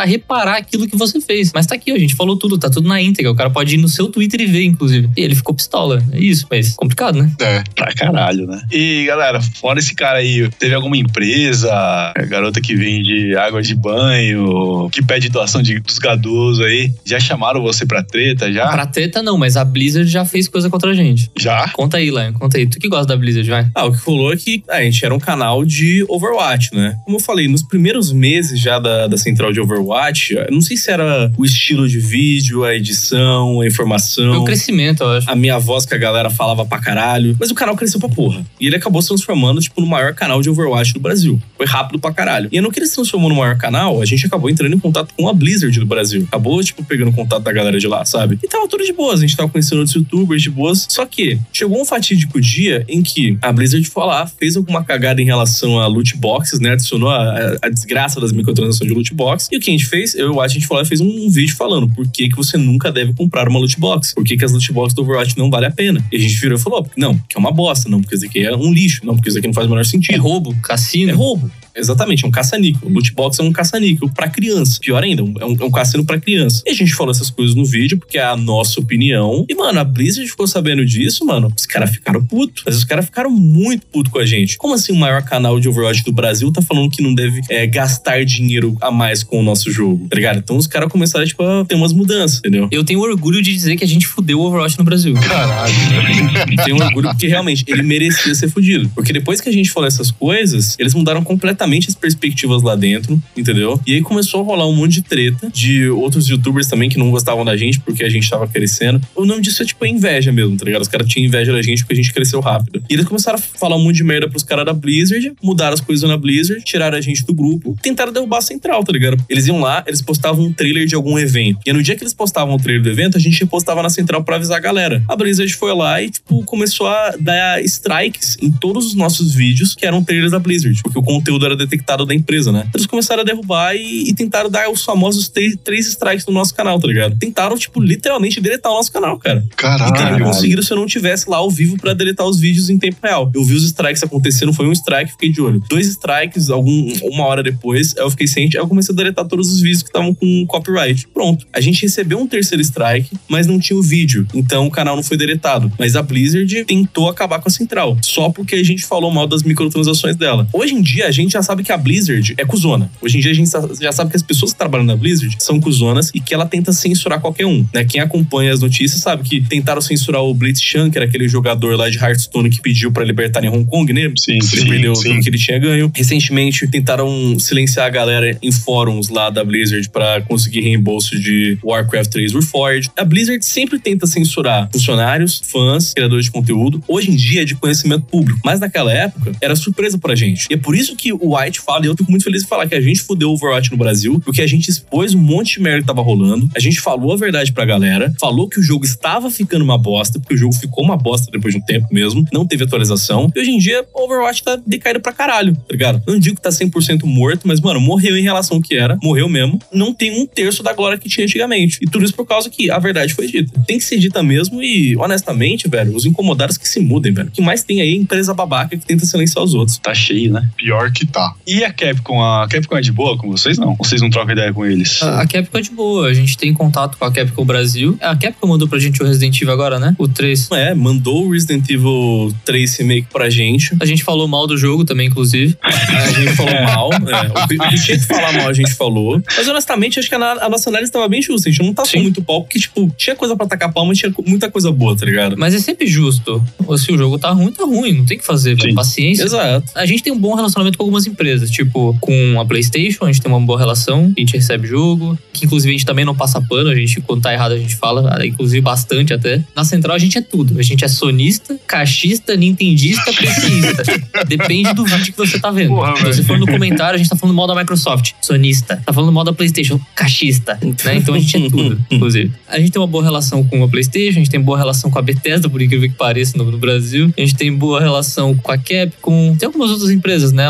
reparar aquilo que você fez. Mas tá aqui, ó, a gente falou tudo, tá tudo na íntegra. O cara pode ir no seu Twitter e ver, inclusive. E ele ficou pistola. É isso, mas complicado, né? Pra caralho, né? E, galera, fora esse cara aí, teve alguma empresa, garota que vende água de banho, que pede doação dos gadosos aí, já chamaram você pra treta, já? Pra treta não, mas a Blizzard já fez coisa contra a gente. Já? Conta aí, Lion, conta aí. Tu que gosta da Blizzard, vai? O que rolou é que a gente era um canal de Overwatch, né? Como eu falei, nos primeiros meses já da central de Overwatch, eu não sei se era o estilo de vídeo, a edição, a informação. Foi o crescimento, eu acho. A minha voz que a galera falava pra caralho. Mas o canal cresceu pra porra. E ele acabou se transformando, tipo, no maior canal de Overwatch do Brasil. Foi rápido pra caralho. E no que ele se transformou no maior canal, a gente acabou entrando em contato com a Blizzard do Brasil. Acabou, tipo, pegando contato da galera de lá, sabe? E tava tudo de boas. A gente tava conhecendo outros youtubers de boas. Só que chegou um fatídico dia em que a Blizzard foi lá, fez alguma cagada em relação a loot boxes, né? Adicionou a desgraça das microtransações de loot box. E o que a gente fez? Eu e o Watt, a gente foi lá e fez um vídeo falando por que você nunca deve comprar uma loot box. Por que as loot boxes do Overwatch não vale a pena. E a gente virou e falou, não, porque é uma bosta, não, porque isso aqui é um lixo, não, porque isso aqui não faz o menor sentido. É roubo, cassino. É roubo. Exatamente, é um caça-níquel. Loot box é um caça-níquel pra criança. Pior ainda, é um cassino pra criança. E a gente falou essas coisas no vídeo, porque é a nossa opinião. E, mano, a Blizzard ficou sabendo disso, mano. Os caras ficaram putos. Mas os caras ficaram muito putos com a gente. Como assim o maior canal de Overwatch do Brasil tá falando que não deve gastar dinheiro a mais com o nosso jogo, tá ligado? Então os caras começaram, tipo, a ter umas mudanças, entendeu? Eu tenho orgulho de dizer que a gente fudeu o Overwatch no Brasil. Caralho. Tenho orgulho porque realmente ele merecia ser fudido. Porque depois que a gente falou essas coisas, eles mudaram completamente as perspectivas lá dentro, entendeu? E aí começou a rolar um monte de treta de outros youtubers também que não gostavam da gente porque a gente tava crescendo. O nome disso é tipo inveja mesmo, tá ligado? Os caras tinham inveja da gente porque a gente cresceu rápido. E eles começaram a falar um monte de merda pros caras da Blizzard, mudaram as coisas na Blizzard, tiraram a gente do grupo, tentaram derrubar a central, tá ligado? Eles iam lá, eles postavam um trailer de algum evento. E no dia que eles postavam o trailer do evento, a gente repostava na central pra avisar a galera. A Blizzard foi lá e, tipo, começou a dar strikes em todos os nossos vídeos que eram trailers da Blizzard, porque o conteúdo era detectado da empresa, né? Eles começaram a derrubar e tentaram dar os famosos três strikes no nosso canal, tá ligado? Tentaram, tipo, literalmente deletar o nosso canal, cara. Caralho. E teriam conseguido se eu não tivesse lá ao vivo pra deletar os vídeos em tempo real. Eu vi os strikes acontecendo, foi um strike, fiquei de olho. 2 strikes, uma hora depois, eu fiquei ciente, aí eu comecei a deletar todos os vídeos que estavam com copyright. Pronto. A gente recebeu um terceiro strike, mas não tinha o vídeo. Então o canal não foi deletado. Mas a Blizzard tentou acabar com a central, só porque a gente falou mal das microtransações dela. Hoje em dia, a gente já sabe que a Blizzard é cuzona. Hoje em dia a gente já sabe que as pessoas que trabalham na Blizzard são cuzonas e que ela tenta censurar qualquer um, né? Quem acompanha as notícias sabe que tentaram censurar o Blitzchung, que era aquele jogador lá de Hearthstone que pediu pra libertar em Hong Kong, né? Sim, ele perdeu tudo que ele tinha ganho. Recentemente tentaram silenciar a galera em fóruns lá da Blizzard pra conseguir reembolso de Warcraft 3 Reforged. A Blizzard sempre tenta censurar funcionários, fãs, criadores de conteúdo. Hoje em dia é de conhecimento público, mas naquela época era surpresa pra gente. E é por isso que o White fala, e eu fico muito feliz de falar que a gente fudeu o Overwatch no Brasil, porque a gente expôs um monte de merda que tava rolando, a gente falou a verdade pra galera, falou que o jogo estava ficando uma bosta, porque o jogo ficou uma bosta depois de um tempo mesmo, não teve atualização, e hoje em dia o Overwatch tá decaído pra caralho, tá ligado? Não digo que tá 100% morto, mas, mano, morreu em relação ao que era, morreu mesmo, não tem 1/3 da glória que tinha antigamente. E tudo isso por causa que a verdade foi dita. Tem que ser dita mesmo e, honestamente, velho, os incomodados que se mudem, velho. O que mais tem aí é empresa babaca que tenta silenciar os outros. Tá cheio, né? Pior que tá. E a Capcom? A Capcom é de boa com vocês, não? Vocês não trocam ideia com eles? A Capcom é de boa. A gente tem contato com a Capcom Brasil. A Capcom mandou pra gente o Resident Evil agora, né? O 3. Mandou o Resident Evil 3 Remake pra gente. A gente falou mal do jogo também, inclusive. A gente falou mal. O que tinha que falar mal, a gente falou. Mas, honestamente, acho que a nossa análise tava bem justa. A gente não passou muito pau, porque, tipo, tinha coisa pra tacar palma e tinha muita coisa boa, tá ligado? Mas é sempre justo. Se o jogo tá ruim, tá ruim. Não tem o que fazer, velho. Paciência. Exato. A gente tem um bom relacionamento com algumas empresas. Tipo, com a PlayStation, a gente tem uma boa relação. A gente recebe jogo. Que, inclusive, a gente também não passa pano. A gente, quando tá errado, a gente fala. Inclusive, bastante até. Na Central, a gente é tudo. A gente é sonista, caixista, nintendista, PCista. Depende do vídeo que você tá vendo. Porra, se você for no comentário, a gente tá falando mal da Microsoft. Sonista. Tá falando mal da PlayStation. Caixista. Né? Então, a gente é tudo, inclusive. A gente tem uma boa relação com a PlayStation. A gente tem boa relação com a Bethesda, por incrível que pareça, no Brasil. A gente tem boa relação com a Capcom. Tem algumas outras empresas, né, Lion? Tipo,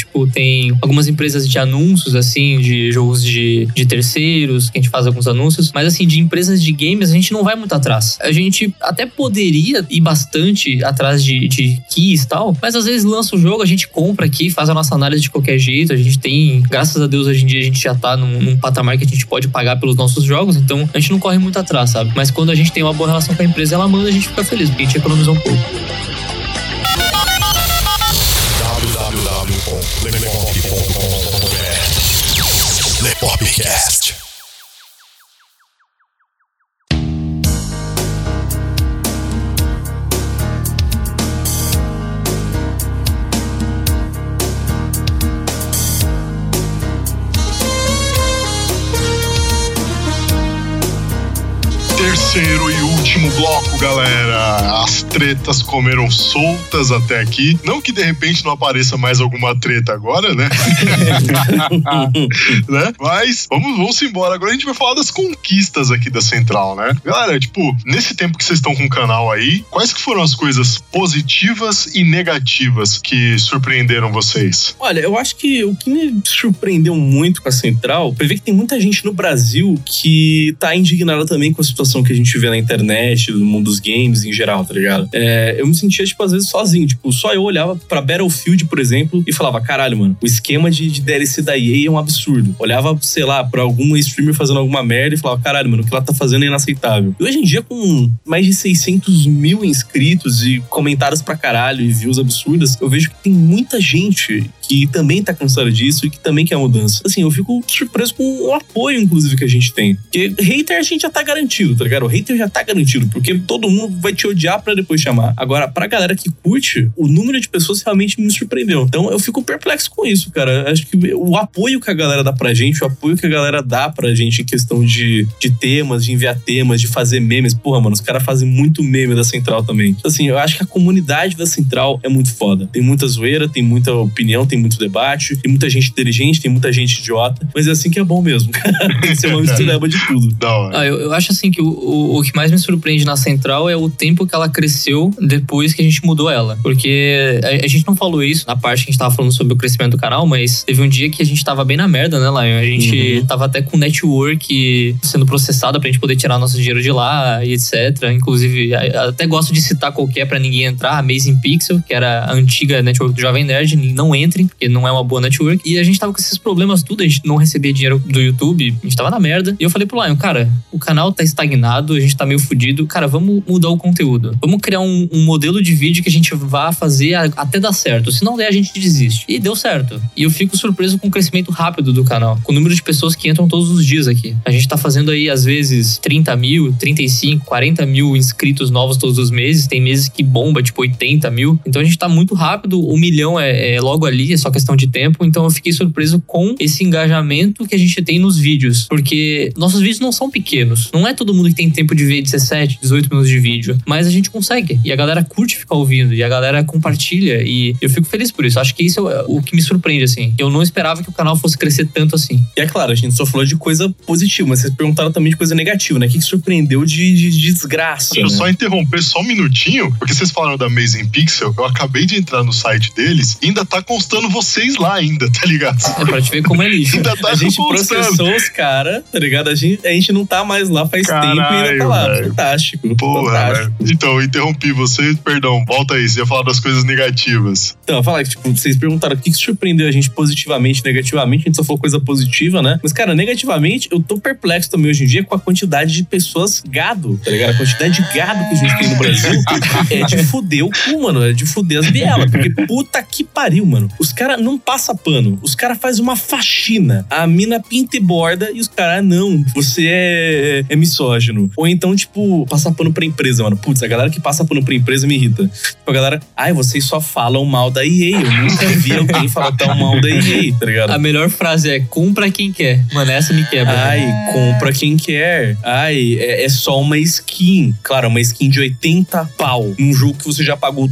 tipo, tem algumas empresas de anúncios, assim, de jogos de terceiros, que a gente faz alguns anúncios. Mas, assim, de empresas de games, a gente não vai muito atrás. A gente até poderia ir bastante atrás de keys e tal, mas às vezes lança o jogo, a gente compra aqui, faz a nossa análise de qualquer jeito. A gente tem, graças a Deus, hoje em dia a gente já tá num patamar que a gente pode pagar pelos nossos jogos, então a gente não corre muito atrás, sabe? Mas quando a gente tem uma boa relação com a empresa, ela manda, a gente fica feliz, porque a gente economizou um pouco. www.lepopcast. Lepopcast. Terceiro e último bloco, galera. As tretas comeram soltas até aqui. Não que de repente não apareça mais alguma treta agora, né? Né? Mas vamos embora. Agora a gente vai falar das conquistas aqui da Central, né? Galera, tipo, nesse tempo que vocês estão com o canal aí, quais que foram as coisas positivas e negativas que surpreenderam vocês? Olha, eu acho que o que me surpreendeu muito com a Central foi ver que tem muita gente no Brasil que tá indignada também com a situação que a gente vê na internet, no mundo dos games em geral, tá ligado? Eu me sentia, tipo, às vezes sozinho. Tipo, só eu olhava pra Battlefield, por exemplo, e falava, caralho, mano, o esquema de DLC da EA é um absurdo. Olhava, sei lá, pra algum streamer fazendo alguma merda e falava, caralho, mano, o que ela tá fazendo é inaceitável. E hoje em dia, com mais de 600 mil inscritos e comentários pra caralho e views absurdas, eu vejo que tem muita gente que também tá cansada disso e que também quer mudança. Assim, eu fico surpreso com o apoio, inclusive, que a gente tem. Porque hater a gente já tá garantido, tá ligado? O hater já tá garantido, porque todo mundo vai te odiar pra depois chamar. Agora, pra galera que curte, o número de pessoas realmente me surpreendeu. Então, eu fico perplexo com isso, cara. Acho que o apoio que a galera dá pra gente, o apoio que a galera dá pra gente em questão de temas, de enviar temas, de fazer memes. Porra, mano, os caras fazem muito meme da Central também. Assim, eu acho que a comunidade da Central é muito foda. Tem muita zoeira, tem muita opinião, tem muito debate, tem muita gente inteligente, tem muita gente idiota, mas é assim que é bom mesmo, cara. Tem que ser uma mistureba de tudo. Eu acho assim que o que mais me surpreende na Central é o tempo que ela cresceu depois que a gente mudou ela. Porque a gente não falou isso na parte que a gente tava falando sobre o crescimento do canal, mas teve um dia que a gente tava bem na merda, né, Lion? A gente tava até com network sendo processada pra gente poder tirar nosso dinheiro de lá e etc. Inclusive, até gosto de citar qualquer pra ninguém entrar, a Amazing Pixel, que era a antiga network do Jovem Nerd. Não entrem, porque não é uma boa network. E a gente tava com esses problemas tudo, a gente não recebia dinheiro do YouTube, a gente tava na merda. E eu falei pro Lion, cara, o canal tá estagnado, a gente tá meio fudido. Cara, vamos mudar o conteúdo. Vamos criar um modelo de vídeo que a gente vá fazer até dar certo. Se não der, a gente desiste. E deu certo. E eu fico surpreso com o crescimento rápido do canal. Com o número de pessoas que entram todos os dias aqui. A gente tá fazendo aí, às vezes, 30 mil, 35, 40 mil inscritos novos todos os meses. Tem meses que bomba, tipo 80 mil. Então a gente tá muito rápido. 1 milhão é logo ali, é só questão de tempo. Então eu fiquei surpreso com esse engajamento que a gente tem nos vídeos. Porque nossos vídeos não são pequenos. Não é todo mundo que tem tempo de ver 17, 18 minutos de vídeo. Mas a gente consegue. E a galera curte ficar ouvindo. E a galera compartilha. E eu fico feliz por isso. Acho que isso é o que me surpreende, assim. Eu não esperava que o canal fosse crescer tanto assim. E é claro, a gente só falou de coisa positiva, mas vocês perguntaram também de coisa negativa, né? O que surpreendeu de desgraça? Deixa eu só interromper só um minutinho, porque vocês falaram da Amazing Pixel. Eu acabei de entrar no site deles e ainda tá constando vocês lá ainda, tá ligado? É pra te ver como é lixo. Ainda tá a gente processou os caras, tá ligado? A gente não tá mais lá faz tempo e ainda tá lá. Véio. Fantástico. Porra, fantástico. Então, eu interrompi você. Perdão, volta aí. Você ia falar das coisas negativas. Então, falar que, tipo, vocês perguntaram o que surpreendeu a gente positivamente, negativamente. A gente só falou coisa positiva, né? Mas, cara, negativamente, eu tô perplexo também hoje em dia com a quantidade de pessoas gado, tá ligado? A quantidade de gado que a gente tem no Brasil é de fuder o cu, mano. É de fuder as bielas. Porque puta que pariu, mano. Os caras não passam pano. Os caras fazem uma faxina. A mina pinta e borda e os caras, não, você é misógino. Ou então, tipo, passar pano pra empresa, mano. Putz, a galera que passa pano pra empresa me irrita. Tipo, a galera, vocês só falam mal da EA. Eu nunca vi alguém falar tão mal da EA, tá ligado? A melhor frase é, compra quem quer. Mano, essa me quebra. Compra quem quer. É só uma skin. Claro, uma skin de 80 pau. Num jogo que você já pagou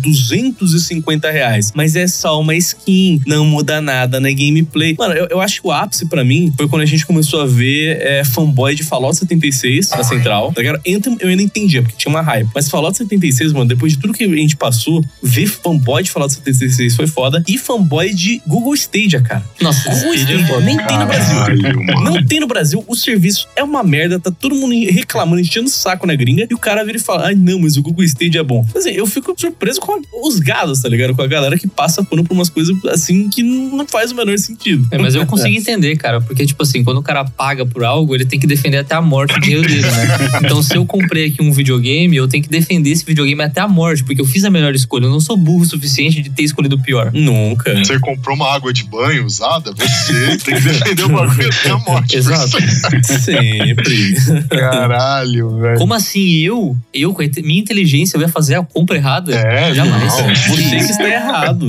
250 reais. Mas é só uma skin. Não muda nada na gameplay. Mano, eu acho que o ápice pra mim foi quando a gente começou a ver fanboy de Fallout 76 na Central. central, tá ligado? Anthem eu ainda entendia, porque tinha uma hype. Mas Fallout 76, mano, depois de tudo que a gente passou, ver fanboy de Fallout 76 foi foda. E fanboy de Google Stadia, cara. Nossa, Google Stadia nem tem no Brasil. Não tem no Brasil, o serviço é uma merda, tá todo mundo reclamando, enchendo o saco na gringa, e o cara vira e fala, ai não, mas o Google Stadia é bom. Assim, eu fico surpreso com os gados, tá ligado? Com a galera que passa pano por umas coisas assim que não faz o menor sentido. Mas eu consigo entender, cara, porque tipo assim, quando o cara paga por algo, ele tem que defender até a morte o dinheiro dele, né? Então se eu comprei aqui um videogame, eu tenho que defender esse videogame até a morte, porque eu fiz a melhor escolha. Eu não sou burro o suficiente de ter escolhido o pior. Nunca. Você comprou uma água de banho usada, você tem que defender o bagulho até a morte. Exato. Sempre. Caralho, velho. Como assim eu com minha inteligência, eu ia fazer a compra errada? Jamais. Não. Você que está errado.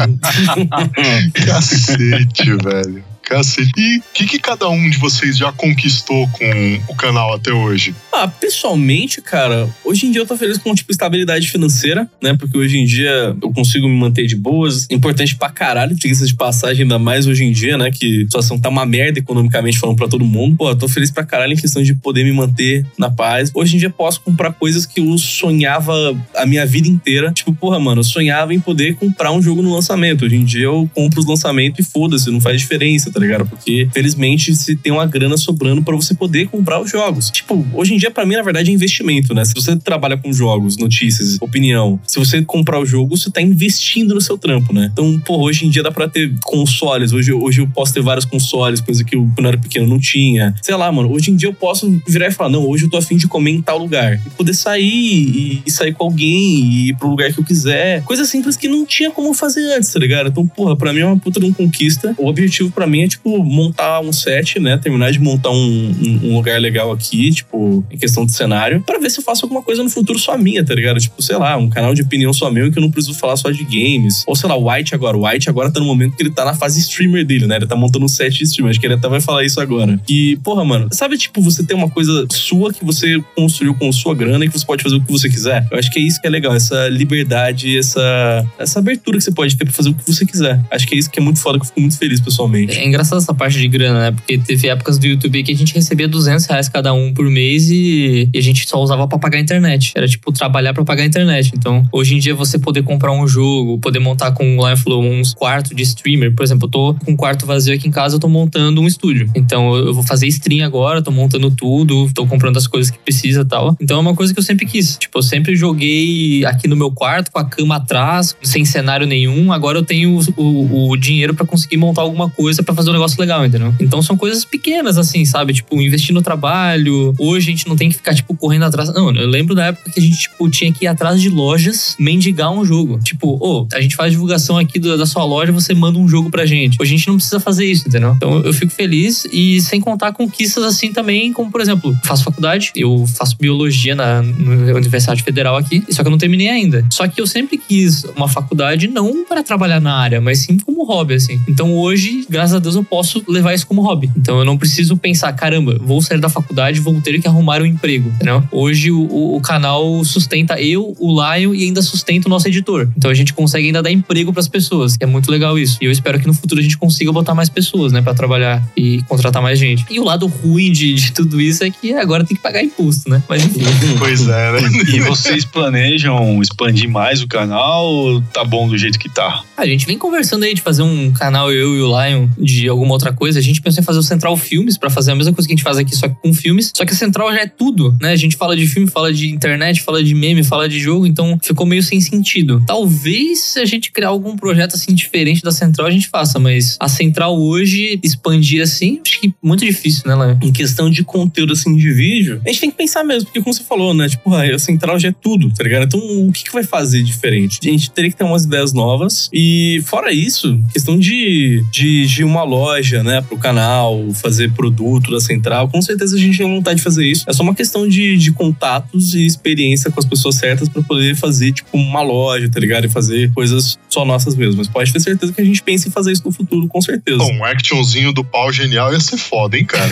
Cacete, velho. Cacete. E o que cada um de vocês já conquistou com o canal até hoje? Pessoalmente, cara, hoje em dia eu tô feliz com, tipo, estabilidade financeira, né? Porque hoje em dia eu consigo me manter de boas. Importante pra caralho, diga-se de passagem, ainda mais hoje em dia, né? Que a situação tá uma merda economicamente falando pra todo mundo. Pô, eu tô feliz pra caralho em questão de poder me manter na paz. Hoje em dia eu posso comprar coisas que eu sonhava a minha vida inteira. Tipo, porra, mano, eu sonhava em poder comprar um jogo no lançamento. Hoje em dia eu compro os lançamentos e foda-se, não faz diferença, tá ligado? Porque, felizmente, se tem uma grana sobrando pra você poder comprar os jogos. Tipo, hoje em dia, pra mim, na verdade, é investimento, né? Se você trabalha com jogos, notícias, opinião, se você comprar o jogo, você tá investindo no seu trampo, né? Então, pô, hoje em dia dá pra ter consoles. Hoje eu posso ter vários consoles, coisa que eu, quando eu era pequeno, não tinha. Sei lá, mano, hoje em dia eu posso virar e falar, não, hoje eu tô afim de comer em tal lugar. E poder sair e sair com alguém e ir pro lugar que eu quiser. Coisa simples que não tinha como fazer antes, tá ligado? Então, porra, pra mim é uma puta de uma conquista. O objetivo pra mim é, tipo, montar um set, né? Terminar de montar um lugar legal aqui, tipo, em questão de cenário, pra ver se eu faço alguma coisa no futuro só minha, tá ligado? Tipo, sei lá, um canal de opinião só meu que eu não preciso falar só de games. Ou sei lá, o White agora tá no momento que ele tá na fase streamer dele, né? Ele tá montando um set de streamer, acho que ele até vai falar isso agora. E, porra, mano, sabe, tipo, você tem uma coisa sua que você construiu com sua grana e que você pode fazer o que você quiser? Eu acho que é isso que é legal, essa liberdade, essa abertura que você pode ter pra fazer o que você quiser. Acho que é isso que é muito foda, que eu fico muito feliz, pessoalmente. É engraçado essa parte de grana, né? Porque teve épocas do YouTube que a gente recebia R$200 cada um por mês e a gente só usava pra pagar a internet. Era tipo trabalhar pra pagar a internet. Então, hoje em dia você poder comprar um jogo, poder montar com o Liveflow uns quartos de streamer. Por exemplo, eu tô com um quarto vazio aqui em casa, eu tô montando um estúdio. Então, eu vou fazer stream agora, tô montando tudo, tô comprando as coisas que precisa e tal. Então, é uma coisa que eu sempre quis. Tipo, eu sempre joguei aqui no meu quarto, com a cama atrás, sem cenário nenhum. Agora eu tenho o dinheiro pra conseguir montar alguma coisa pra fazer um negócio legal, entendeu? Então são coisas pequenas, assim, sabe? Tipo, investir no trabalho. Hoje a gente não tem que ficar, tipo, correndo atrás. Não, eu lembro da época que a gente, tipo, tinha que ir atrás de lojas mendigar um jogo. Tipo, a gente faz divulgação aqui da sua loja, você manda um jogo pra gente. Hoje a gente não precisa fazer isso, entendeu? Então eu fico feliz e sem contar conquistas assim também, como, por exemplo, faço faculdade, eu faço biologia na Universidade Federal aqui, só que eu não terminei ainda. Só que eu sempre quis uma faculdade não para trabalhar na área, mas sim como hobby, assim. Então hoje, graças a Deus, eu posso levar isso como hobby. Então eu não preciso pensar, caramba, vou sair da faculdade, vou ter que arrumar um emprego, entendeu? Hoje o canal sustenta eu, o Lion e ainda sustenta o nosso editor. Então a gente consegue ainda dar emprego pras pessoas, que é muito legal isso. E eu espero que no futuro a gente consiga botar mais pessoas, né, pra trabalhar e contratar mais gente. E o lado ruim de tudo isso é que agora tem que pagar imposto, né? Mas enfim. Pois é, né? E vocês planejam expandir mais o canal ou tá bom do jeito que tá? A gente vem conversando aí de fazer um canal, eu e o Lion, de alguma outra coisa. A gente pensou em fazer o Central Filmes pra fazer a mesma coisa que a gente faz aqui, só que com filmes. Só que a Central já é tudo, né? A gente fala de filme, fala de internet, fala de meme, fala de jogo, então ficou meio sem sentido. Talvez se a gente criar algum projeto assim diferente da Central, a gente faça, mas a Central hoje, expandir assim, acho que muito difícil, né, Lion? Em questão de conteúdo assim de vídeo, a gente tem que pensar mesmo, porque como você falou, né? Tipo, a Central já é tudo, tá ligado? Então o que vai fazer diferente? A gente teria que ter umas ideias novas e fora isso, questão de uma loja, né, pro canal, fazer produto da Central, com certeza a gente tem vontade de fazer isso. É só uma questão de contatos e experiência com as pessoas certas pra poder fazer, tipo, uma loja, tá ligado? E fazer coisas só nossas mesmo. Mas pode ter certeza que a gente pensa em fazer isso no futuro, com certeza. Um actionzinho do pau genial ia ser foda, hein, cara?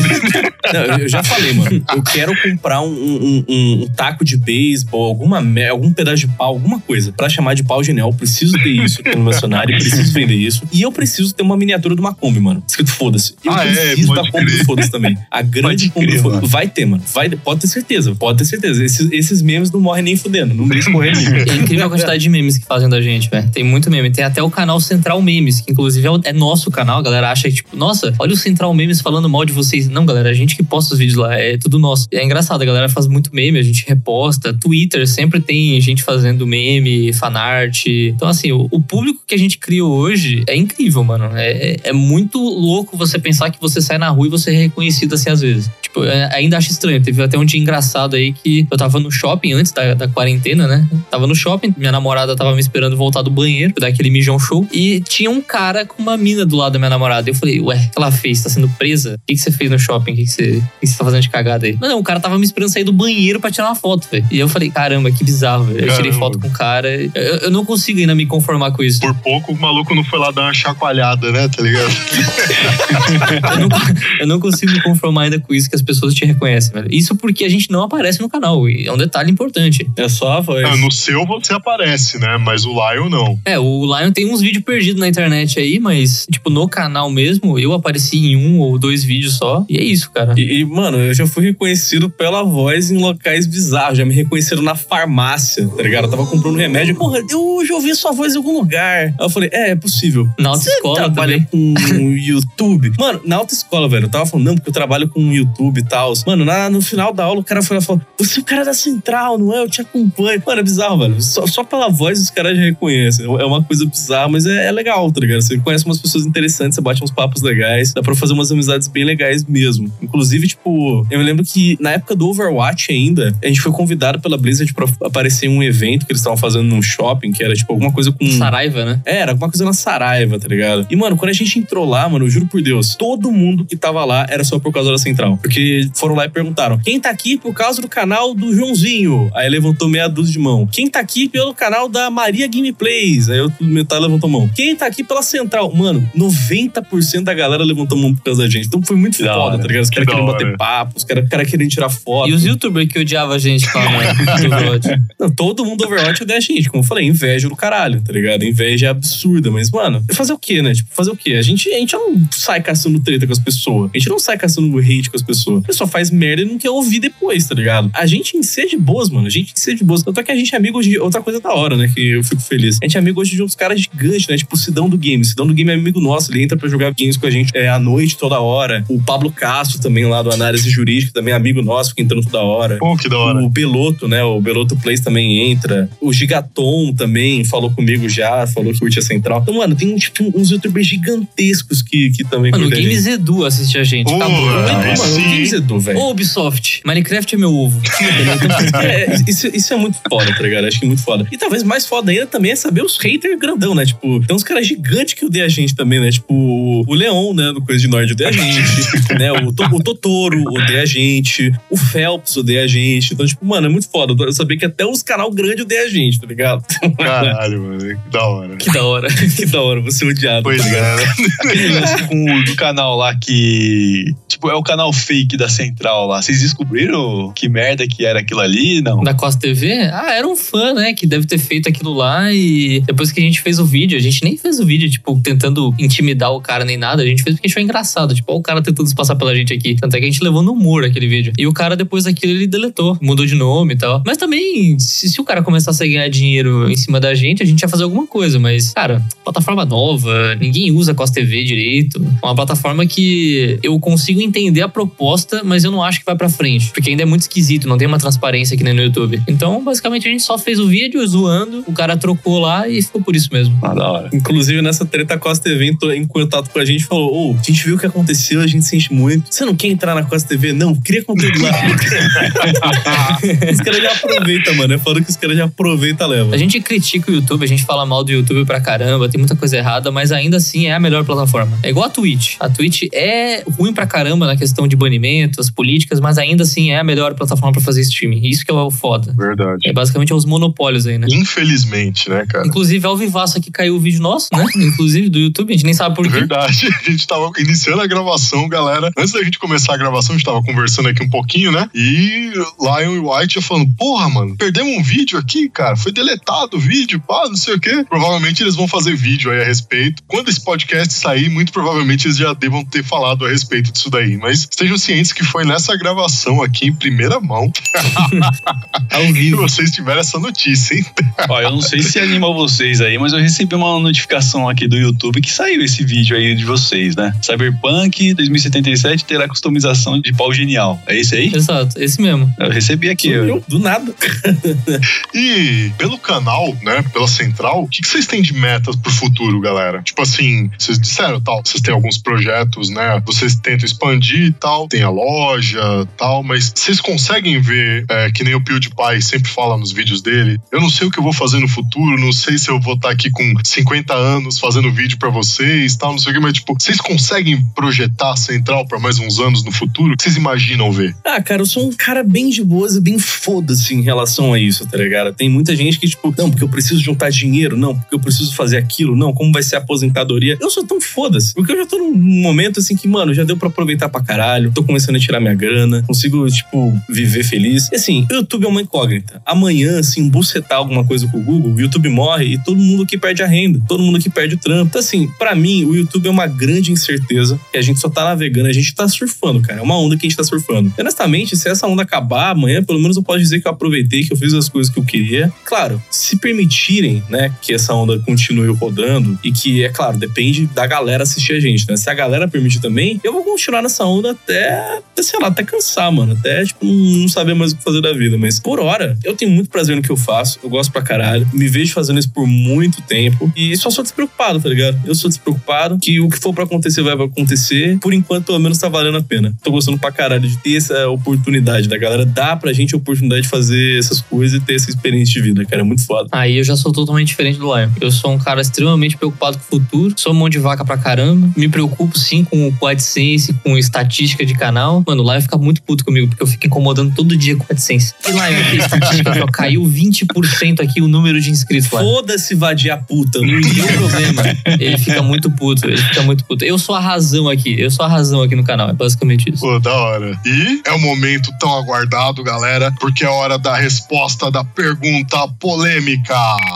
Não, eu já falei, mano. Eu quero comprar um taco de beisebol, algum pedaço de pau, alguma coisa, pra chamar de pau genial. Eu preciso ter isso aqui no meu cenário, preciso vender isso. E eu preciso ter uma miniatura do uma Kombi, mano. Escrito foda-se. Eu preciso da Kombi do foda-se também. A grande Kombi do foda-se. Vai ter, mano. Pode ter certeza. Esses memes não morrem nem fudendo. Não deixa morrer nem. É incrível a quantidade de memes que fazem da gente, velho. Tem muito meme. Tem até o canal Central Memes, que inclusive é nosso canal. A galera acha que, tipo, nossa, olha o Central Memes falando mal de vocês. Não, galera, a gente que posta os vídeos lá. É tudo nosso. É engraçado, a galera faz muito meme, a gente reposta. Twitter sempre tem gente fazendo meme, fanart. Então, assim, o público que a gente criou hoje é incrível, mano. É muito louco você pensar que você sai na rua e você é reconhecido assim às vezes. Tipo, ainda acho estranho. Teve até um dia engraçado aí que eu tava no shopping antes da quarentena, né? Tava no shopping, minha namorada tava me esperando voltar do banheiro, dar aquele mijão show. E tinha um cara com uma mina do lado da minha namorada. Eu falei, ué, o que ela fez? Tá sendo presa? O que você fez no shopping? O que você tá fazendo de cagada aí? Não, o cara tava me esperando sair do banheiro pra tirar uma foto, velho. E eu falei, caramba, que bizarro, velho. Eu tirei foto com o cara. Eu não consigo ainda me conformar com isso. Por pouco o maluco não foi lá dar uma chacoalhada, né? Tá ligado? eu não consigo me conformar ainda com isso, que as pessoas te reconhecem, velho. Isso porque a gente não aparece no canal. E é um detalhe importante. É só a voz. No seu você aparece, né? Mas o Lion não. O Lion tem uns vídeos perdidos na internet aí, mas, tipo, no canal mesmo, eu apareci em 1 ou 2 vídeos só. E é isso, cara. E, mano, eu já fui reconhecido pela voz em locais bizarros. Já me reconheceram na farmácia, tá ligado? Eu tava comprando remédio. Porra, eu já ouvi sua voz em algum lugar. Aí eu falei, é possível. Na autoescola trabalha também. Com YouTube. Mano, na autoescola, velho, eu tava falando, não, porque eu trabalho com YouTube e tal. Mano, no final da aula, o cara foi lá e falou, você é o cara da Central, não é? Eu te acompanho. Mano, é bizarro, velho. Só pela voz os caras já reconhecem. É uma coisa bizarra, mas é legal, tá ligado? Você conhece umas pessoas interessantes, você bate uns papos legais, dá pra fazer umas amizades bem legais mesmo. Inclusive, tipo, eu me lembro que na época do Overwatch ainda, a gente foi convidado pela Blizzard pra aparecer em um evento que eles estavam fazendo num shopping, que era tipo alguma coisa com... Saraiva, né? Era alguma coisa na Saraiva, tá ligado? E, mano, quando a gente entrou lá, mano, eu juro por Deus, todo mundo que tava lá era só por causa da Central. Porque foram lá e perguntaram, quem tá aqui por causa do canal do Joãozinho? Aí levantou meia dúzia de mão. Quem tá aqui pelo canal da Maria Gameplays? Aí outro metade levantou a mão. Quem tá aqui pela Central? Mano, 90% da galera levantou a mão por causa da gente. Então foi muito foda, tá ligado? Os caras queriam bater papo, os caras queriam tirar foto. E os youtubers que odiavam a gente com a Overwatch? Não, todo mundo do Overwatch odeia a gente. Como eu falei, inveja do caralho, tá ligado? Inveja é absurda. Mas, mano, fazer o quê, né? Tipo, fazer o quê? A gente não sai caçando treta com as pessoas. A gente não sai caçando hate com as pessoas. A pessoa faz merda e não quer ouvir depois, tá ligado? A gente em si é de boas, mano. A gente em si é de boas. Tanto é que a gente é amigo de outra coisa da hora, né? Que eu fico feliz. A gente é amigo hoje de uns caras gigantes, né? Tipo o Sidão do Game. O Sidão do Game é amigo nosso. Ele entra pra jogar games com a gente à noite, toda hora. O Pablo Castro também lá do Análise Jurídica, também é amigo nosso, fica entrando toda hora. Pô, que da hora. O Beloto, né? O Beloto Plays também entra. O Gigaton também falou comigo já, falou que curte a Central. Então, mano, tem tipo, uns youtubers gigantescos que também curtem. Mano, o Games gente. Edu assiste a gente. Acabou. Mano, o Games Edu, velho. Ô, Ubisoft, Minecraft é meu ovo. Isso é muito foda, tá ligado? Acho que é muito foda. E talvez mais foda ainda também é saber os haters grandão, né? Tipo, tem uns caras gigantes que odeiam a gente também, né? Tipo, o Leon, né? Do Coisa de Norte odeia a gente. Né? O Totoro odeia a gente. O Phelps odeia a gente. Então, tipo, mano, é muito foda. Eu saber que até os canal grande odeia a gente, tá ligado? Caralho, mano. Que da hora. Que da hora. Que da hora, você odiado. Pois tá é. Aquele lance do canal lá que... Tipo, é o canal fake da Central lá. Vocês descobriram que merda que era aquilo ali? Não. Da Costa TV? Era um fã, né? Que deve ter feito aquilo lá e depois que a gente fez o vídeo, a gente nem fez o vídeo, tipo, tentando intimidar o cara nem nada. A gente fez porque achou engraçado. Tipo, ó, o cara tentando se passar pela gente aqui. Tanto é que a gente levou no humor aquele vídeo. E o cara, depois daquilo, ele deletou. Mudou de nome e tal. Mas também, se o cara começasse a ganhar dinheiro em cima da gente, a gente ia fazer alguma coisa. Mas, cara, plataforma nova, ninguém usa a Costa TV direito. É uma plataforma que eu consigo entender a proposta, mas eu não acho que vai pra frente. Porque ainda é muito esquisito, não tem uma transparência aqui nem no YouTube. Então, basicamente, a gente só fez o vídeo zoando, o cara trocou lá e ficou por isso mesmo. Da hora. Inclusive, nessa treta, a Costa TV entrou em contato com a gente e falou, a gente viu o que aconteceu, a gente sente muito. Você não quer entrar na Costa TV? Não, cria conteúdo lá. Os caras já aproveitam, mano. É foda que os caras já aproveitam, leva. A gente critica o YouTube, a gente fala mal do YouTube pra caramba, tem muita coisa errada, mas ainda assim é a melhor plataforma. É igual a Twitch. A Twitch é ruim pra caramba na questão de banimento, entretenimento, as políticas, mas ainda assim é a melhor plataforma pra fazer streaming. Isso que é o foda. Verdade. Basicamente os monopólios aí, né? Infelizmente, né, cara? Inclusive, ao vivaço aqui caiu o vídeo nosso, né? Inclusive do YouTube, a gente nem sabe por quê. Verdade. A gente tava iniciando a gravação, galera. Antes da gente começar a gravação, a gente tava conversando aqui um pouquinho, né? E Lion e White já falando, porra, mano, perdemos um vídeo aqui, cara. Foi deletado o vídeo, pá, não sei o quê. Provavelmente eles vão fazer vídeo aí a respeito. Quando esse podcast sair, muito provavelmente eles já devam ter falado a respeito disso daí. Mas estejam cientes que foi nessa gravação aqui em primeira mão. Ao vivo. Que vocês tiveram essa notícia, hein? Ó, eu não sei se anima vocês aí, mas eu recebi uma notificação aqui do YouTube que saiu esse vídeo aí de vocês, né? Cyberpunk 2077 terá customização de pau genial. É esse aí? Exato, esse mesmo. Eu recebi aqui. Do nada. E pelo canal, né, pela central, o que vocês têm de metas pro futuro, galera? Tipo assim, vocês disseram tal, vocês têm alguns projetos, né? Vocês tentam expandir e tal, tem a loja e tal, mas vocês conseguem ver, que nem o PewDiePie sempre fala nos vídeos dele, eu não sei o que eu vou fazer no futuro, não sei se eu vou estar aqui com 50 anos fazendo vídeo pra vocês, tal, não sei o que, mas tipo, vocês conseguem projetar a central pra mais uns anos no futuro? O que vocês imaginam ver? Ah, cara, eu sou um cara bem de boas e bem foda-se em relação a isso, tá ligado? Tem muita gente que, tipo, não, porque eu preciso juntar dinheiro, não, porque eu preciso fazer aquilo, não, como vai ser a aposentadoria? Eu sou tão foda-se, porque eu já tô num momento assim que, mano, já deu pra aproveitar pra caralho, tô começando a tirar minha grana, consigo, tipo, viver feliz. E assim, o YouTube é uma incógnita. Amanhã, assim, bucetar alguma coisa com o Google, o YouTube morre e todo mundo aqui perde a renda, todo mundo aqui perde o trampo. Então, assim, pra mim, o YouTube é uma grande incerteza, que a gente só tá navegando, a gente tá surfando, cara. É uma onda que a gente tá surfando. E, honestamente, se essa onda acabar amanhã, pelo menos eu posso dizer que eu aproveitei, que eu fiz as coisas que eu queria. Claro, se permitirem, né, que essa onda continue rodando e que, é claro, depende da galera assistir a gente, né? Se a galera permitir também, eu vou continuar nessa onda até sei lá, até cansar, mano. Até, tipo, não saber mais o que fazer da vida. Mas, por hora, eu tenho muito prazer no que eu faço. Eu gosto pra caralho. Me vejo fazendo isso por muito tempo. E só sou despreocupado, tá ligado? Eu sou despreocupado. Que o que for pra acontecer vai acontecer. Por enquanto, pelo menos, tá valendo a pena. Tô gostando pra caralho de ter essa oportunidade da galera. Dá pra gente a oportunidade de fazer essas coisas e ter essa experiência de vida, cara. É muito foda. Aí eu já sou totalmente diferente do Lion. Eu sou um cara extremamente preocupado com o futuro. Sou mão de vaca pra caramba. Me preocupo, sim, com o AdSense, com estatística de canal. Mano, o Lion fica muito puto comigo, porque eu fico incomodando todo dia com o AdSense. E Lion, aqui, estatística, ó, caiu 20% aqui o número de inscritos, Lion. Foda-se, vadia puta. Não tem problema. Ele fica muito puto. Eu sou a razão aqui. Eu sou a razão aqui no canal. É basicamente isso. Pô, da hora. E é um momento tão aguardado, galera, porque é hora da resposta da pergunta polêmica.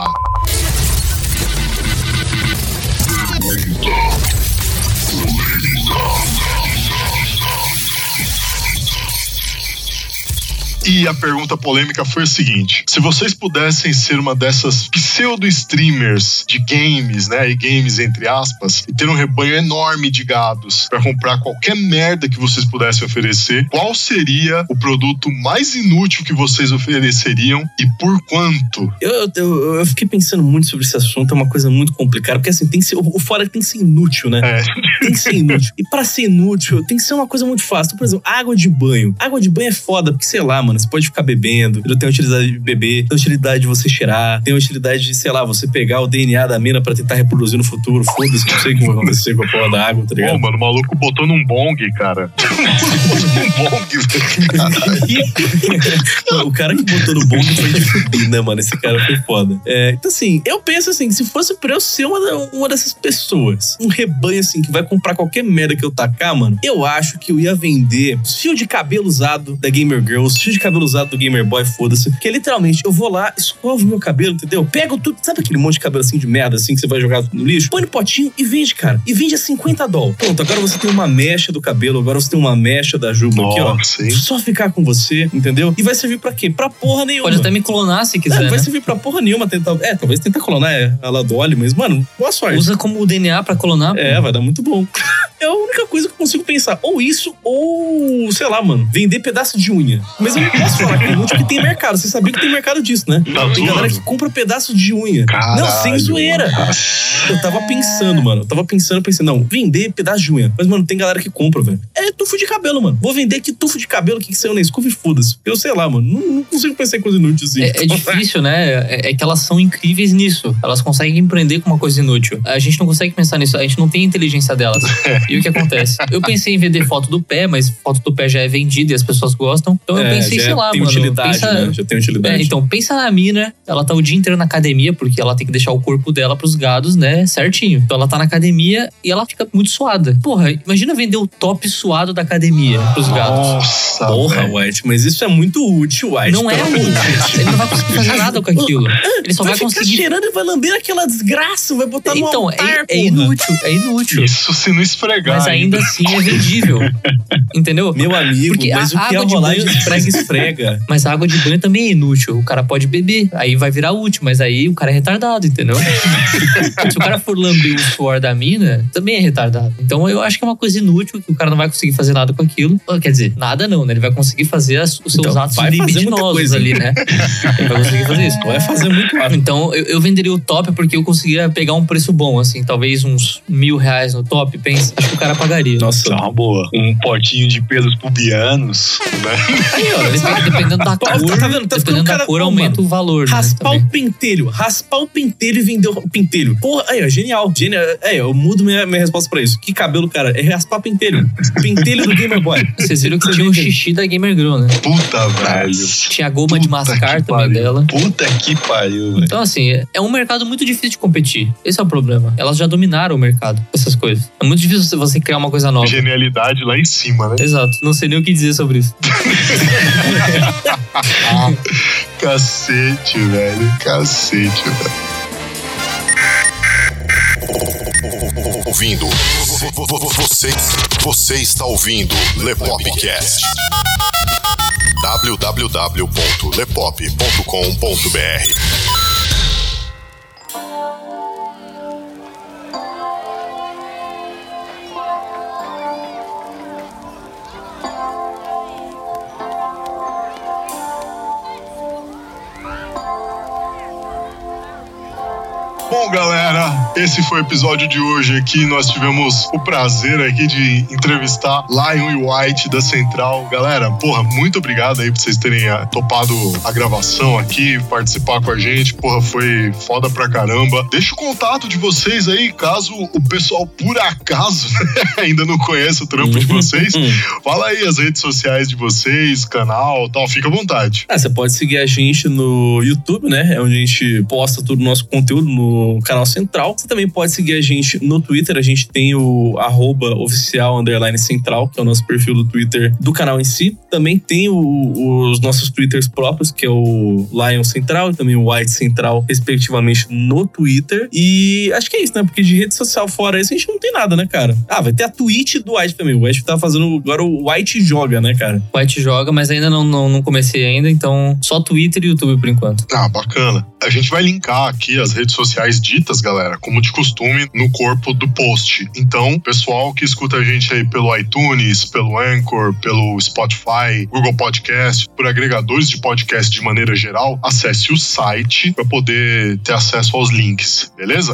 E a pergunta polêmica foi a seguinte: se vocês pudessem ser uma dessas pseudo-streamers de games, né, e games entre aspas, e ter um rebanho enorme de gados pra comprar qualquer merda que vocês pudessem oferecer, qual seria o produto mais inútil que vocês ofereceriam e por quanto? Eu fiquei pensando muito sobre esse assunto, é uma coisa muito complicada, porque assim, tem que ser, o fora tem que ser inútil, né? É. Tem que ser inútil. E pra ser inútil, tem que ser uma coisa muito fácil. Então, por exemplo, água de banho. Água de banho é foda, porque sei lá, mano, você pode ficar bebendo, tem a utilidade de beber, tem a utilidade de você cheirar, tem a utilidade de, sei lá, você pegar o DNA da mina pra tentar reproduzir no futuro. Foda-se, não sei o que vai acontecer com a porra da água, tá ligado? Pô, mano, o maluco botou num bong, cara. Num bong, velho. O cara que botou no bong foi de fuder, né, mano? Esse cara foi foda. Então, assim, eu penso assim, se fosse pra eu ser uma dessas pessoas, um rebanho, assim, que vai comprar qualquer merda que eu tacar, mano, eu acho que eu ia vender fio de cabelo usado da Gamer Girls, fio de cabelo usado do Gamer Boy, foda-se. Que literalmente, eu vou lá, escovo meu cabelo, entendeu? Pego tudo, sabe aquele monte de cabelo assim de merda, assim, que você vai jogar no lixo? Põe no potinho e vende, cara. E vende a $50. Pronto, agora você tem uma mecha do cabelo, agora você tem uma mecha da juba aqui, ó. Sim. Só ficar com você, entendeu? E vai servir pra quê? Pra porra nenhuma. Pode até me clonar se quiser, Não vai né? servir pra porra nenhuma tentar... talvez tentar clonar a la Dolly, mas, mano, boa sorte. Usa como o DNA pra clonar. Vai dar muito bom. É a única coisa que eu consigo pensar. Ou isso, ou, sei lá, mano, vender pedaço de unha. Mas eu não posso falar que é inútil, porque tem mercado. Você sabia que tem mercado disso, né? Tem galera que compra pedaço de unha. Caralho, não, sem zoeira. mano. Eu tava pensando, mano. Pensei, não, vender pedaço de unha. Mas, mano, tem galera que compra, velho. É tufo de cabelo, mano. Vou vender aqui tufo de cabelo que saiu na escova e foda-se. Eu sei lá, mano. Não consigo pensar em coisa inútil assim. É difícil, né? É que elas são incríveis nisso. Elas conseguem empreender com uma coisa inútil. A gente não consegue pensar nisso. A gente não tem a inteligência delas. E o que acontece? Eu pensei em vender foto do pé, mas foto do pé já é vendida e as pessoas gostam. Então eu pensei, sei lá, tem mano. Utilidade, né? Já tem utilidade. Então pensa na mina, ela tá o dia inteiro na academia, porque ela tem que deixar o corpo dela pros gados, né, certinho. Então ela tá na academia e ela fica muito suada. Porra, imagina vender o top suado da academia pros gados. Nossa, porra, White, mas isso é muito útil, White. Não é útil. Ele não vai conseguir fazer nada com aquilo. Ele só vai conseguir ficar cheirando e vai lamber aquela desgraça, vai botar no então, altar, é inútil, é inútil. Isso se não esfregar. Mas ainda assim é vendível. Entendeu? Meu amigo, porque mas o que é rolar de esfrega? Mas a água de banho também é inútil. O cara pode beber, aí vai virar útil, mas aí o cara é retardado, entendeu? Se o cara for lamber o suor da mina, também é retardado. Então eu acho que é uma coisa inútil, que o cara não vai conseguir fazer nada com aquilo. Quer dizer, nada não, né? Ele vai conseguir fazer os seus atos libidinosos ali, né? Ele vai conseguir fazer isso. Vai fazer muito rápido. Então eu venderia o top porque eu conseguiria pegar um preço bom, assim, talvez uns R$1.000 no top, pensa. Acho que o cara pagaria. Nossa, é uma boa. Um potinho de pelos pubianos, né? Aí, ó, dependendo da cor, tá vendo? dependendo da cor, aumenta o valor. Raspar né, o pentelho e vender o pentelho. Porra, aí, ó, genial. Eu mudo minha resposta pra isso. Que cabelo, cara? É raspar pentelho. Pentelho do Gamer Boy. Vocês viram que tinha o xixi da Gamer Girl, né? Puta, velho. Tinha a goma de mascar também dela. Puta que pariu, velho. Então, assim, é um mercado muito difícil de competir. Esse é o problema. Elas já dominaram o mercado, essas coisas. É muito difícil você criar uma coisa nova. Genialidade lá em cima, né? Exato. Não sei nem o que dizer sobre isso. Cacete, velho. Cacete, velho. Ouvindo. Você está ouvindo Lepopcast. www.lepop.com.br. Bom, galera, esse foi o episódio de hoje aqui. Nós tivemos o prazer aqui de entrevistar Lion e White da Central. Galera, porra, muito obrigado aí por vocês terem topado a gravação aqui, participar com a gente. Porra, foi foda pra caramba. Deixa o contato de vocês aí, caso o pessoal, por acaso, ainda não conheça o trampo de vocês. Fala aí as redes sociais de vocês, canal, tal. Fica à vontade. Você pode seguir a gente no YouTube, né? É onde a gente posta todo o nosso conteúdo no canal Central. Você também pode seguir a gente no Twitter. A gente tem o @oficial_central, que é o nosso perfil do Twitter do canal em si. Também tem os nossos Twitters próprios, que é o Lion Central e também o White Central, respectivamente, no Twitter. E acho que é isso, né? Porque de rede social fora isso, a gente não tem nada, né, cara? Vai ter a Twitch do White também. O White tá fazendo agora o White Joga, né, cara? White Joga, mas ainda não comecei ainda, então só Twitter e YouTube por enquanto. Bacana. A gente vai linkar aqui as redes sociais ditas, galera, como de costume, no corpo do post. Então, pessoal que escuta a gente aí pelo iTunes, pelo Anchor, pelo Spotify, Google Podcast, por agregadores de podcast de maneira geral, acesse o site para poder ter acesso aos links, beleza?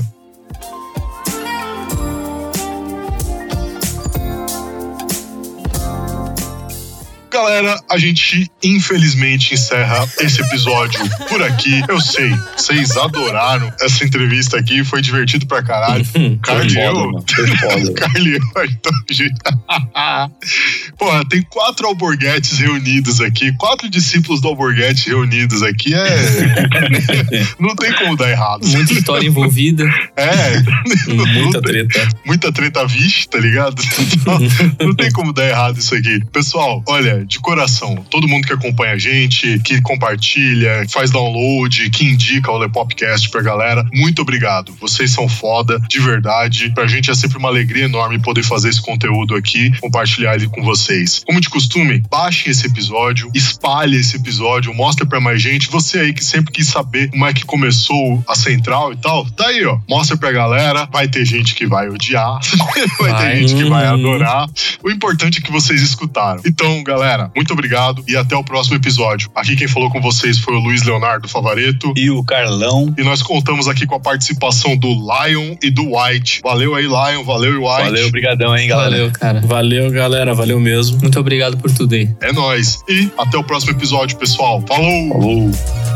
Galera, a gente infelizmente encerra esse episódio por aqui. Eu sei, vocês adoraram essa entrevista aqui, foi divertido pra caralho. Carlinho. Porra, tem 4 alborguetes reunidos aqui, 4 discípulos do alborguete reunidos aqui. Não tem como dar errado. Muita história envolvida. Muita treta. Muita treta vixe, tá ligado? Não tem como dar errado isso aqui. Pessoal, olha, de coração, todo mundo que acompanha a gente, que compartilha, que faz download, que indica o Lepopcast pra galera, muito obrigado. Vocês são foda, de verdade. Pra gente é sempre uma alegria enorme poder fazer esse conteúdo aqui, compartilhar ele com vocês. Como de costume, baixem esse episódio, espalhe esse episódio, mostre pra mais gente. Você aí que sempre quis saber como é que começou a Central e tal, tá aí, ó. Mostra pra galera. Vai ter gente que vai odiar, vai ter gente que vai adorar. O importante é que vocês escutaram. Então, galera, muito obrigado e até o próximo episódio. Aqui quem falou com vocês foi o Luiz Leonardo Favaretto e o Carlão. E nós contamos aqui com a participação do Lion e do White. Valeu aí, Lion. Valeu, White. Valeu, brigadão, hein, galera. Valeu, cara. Valeu, galera. Valeu mesmo. Muito obrigado por tudo aí. É nóis. E até o próximo episódio, pessoal. Falou! Falou!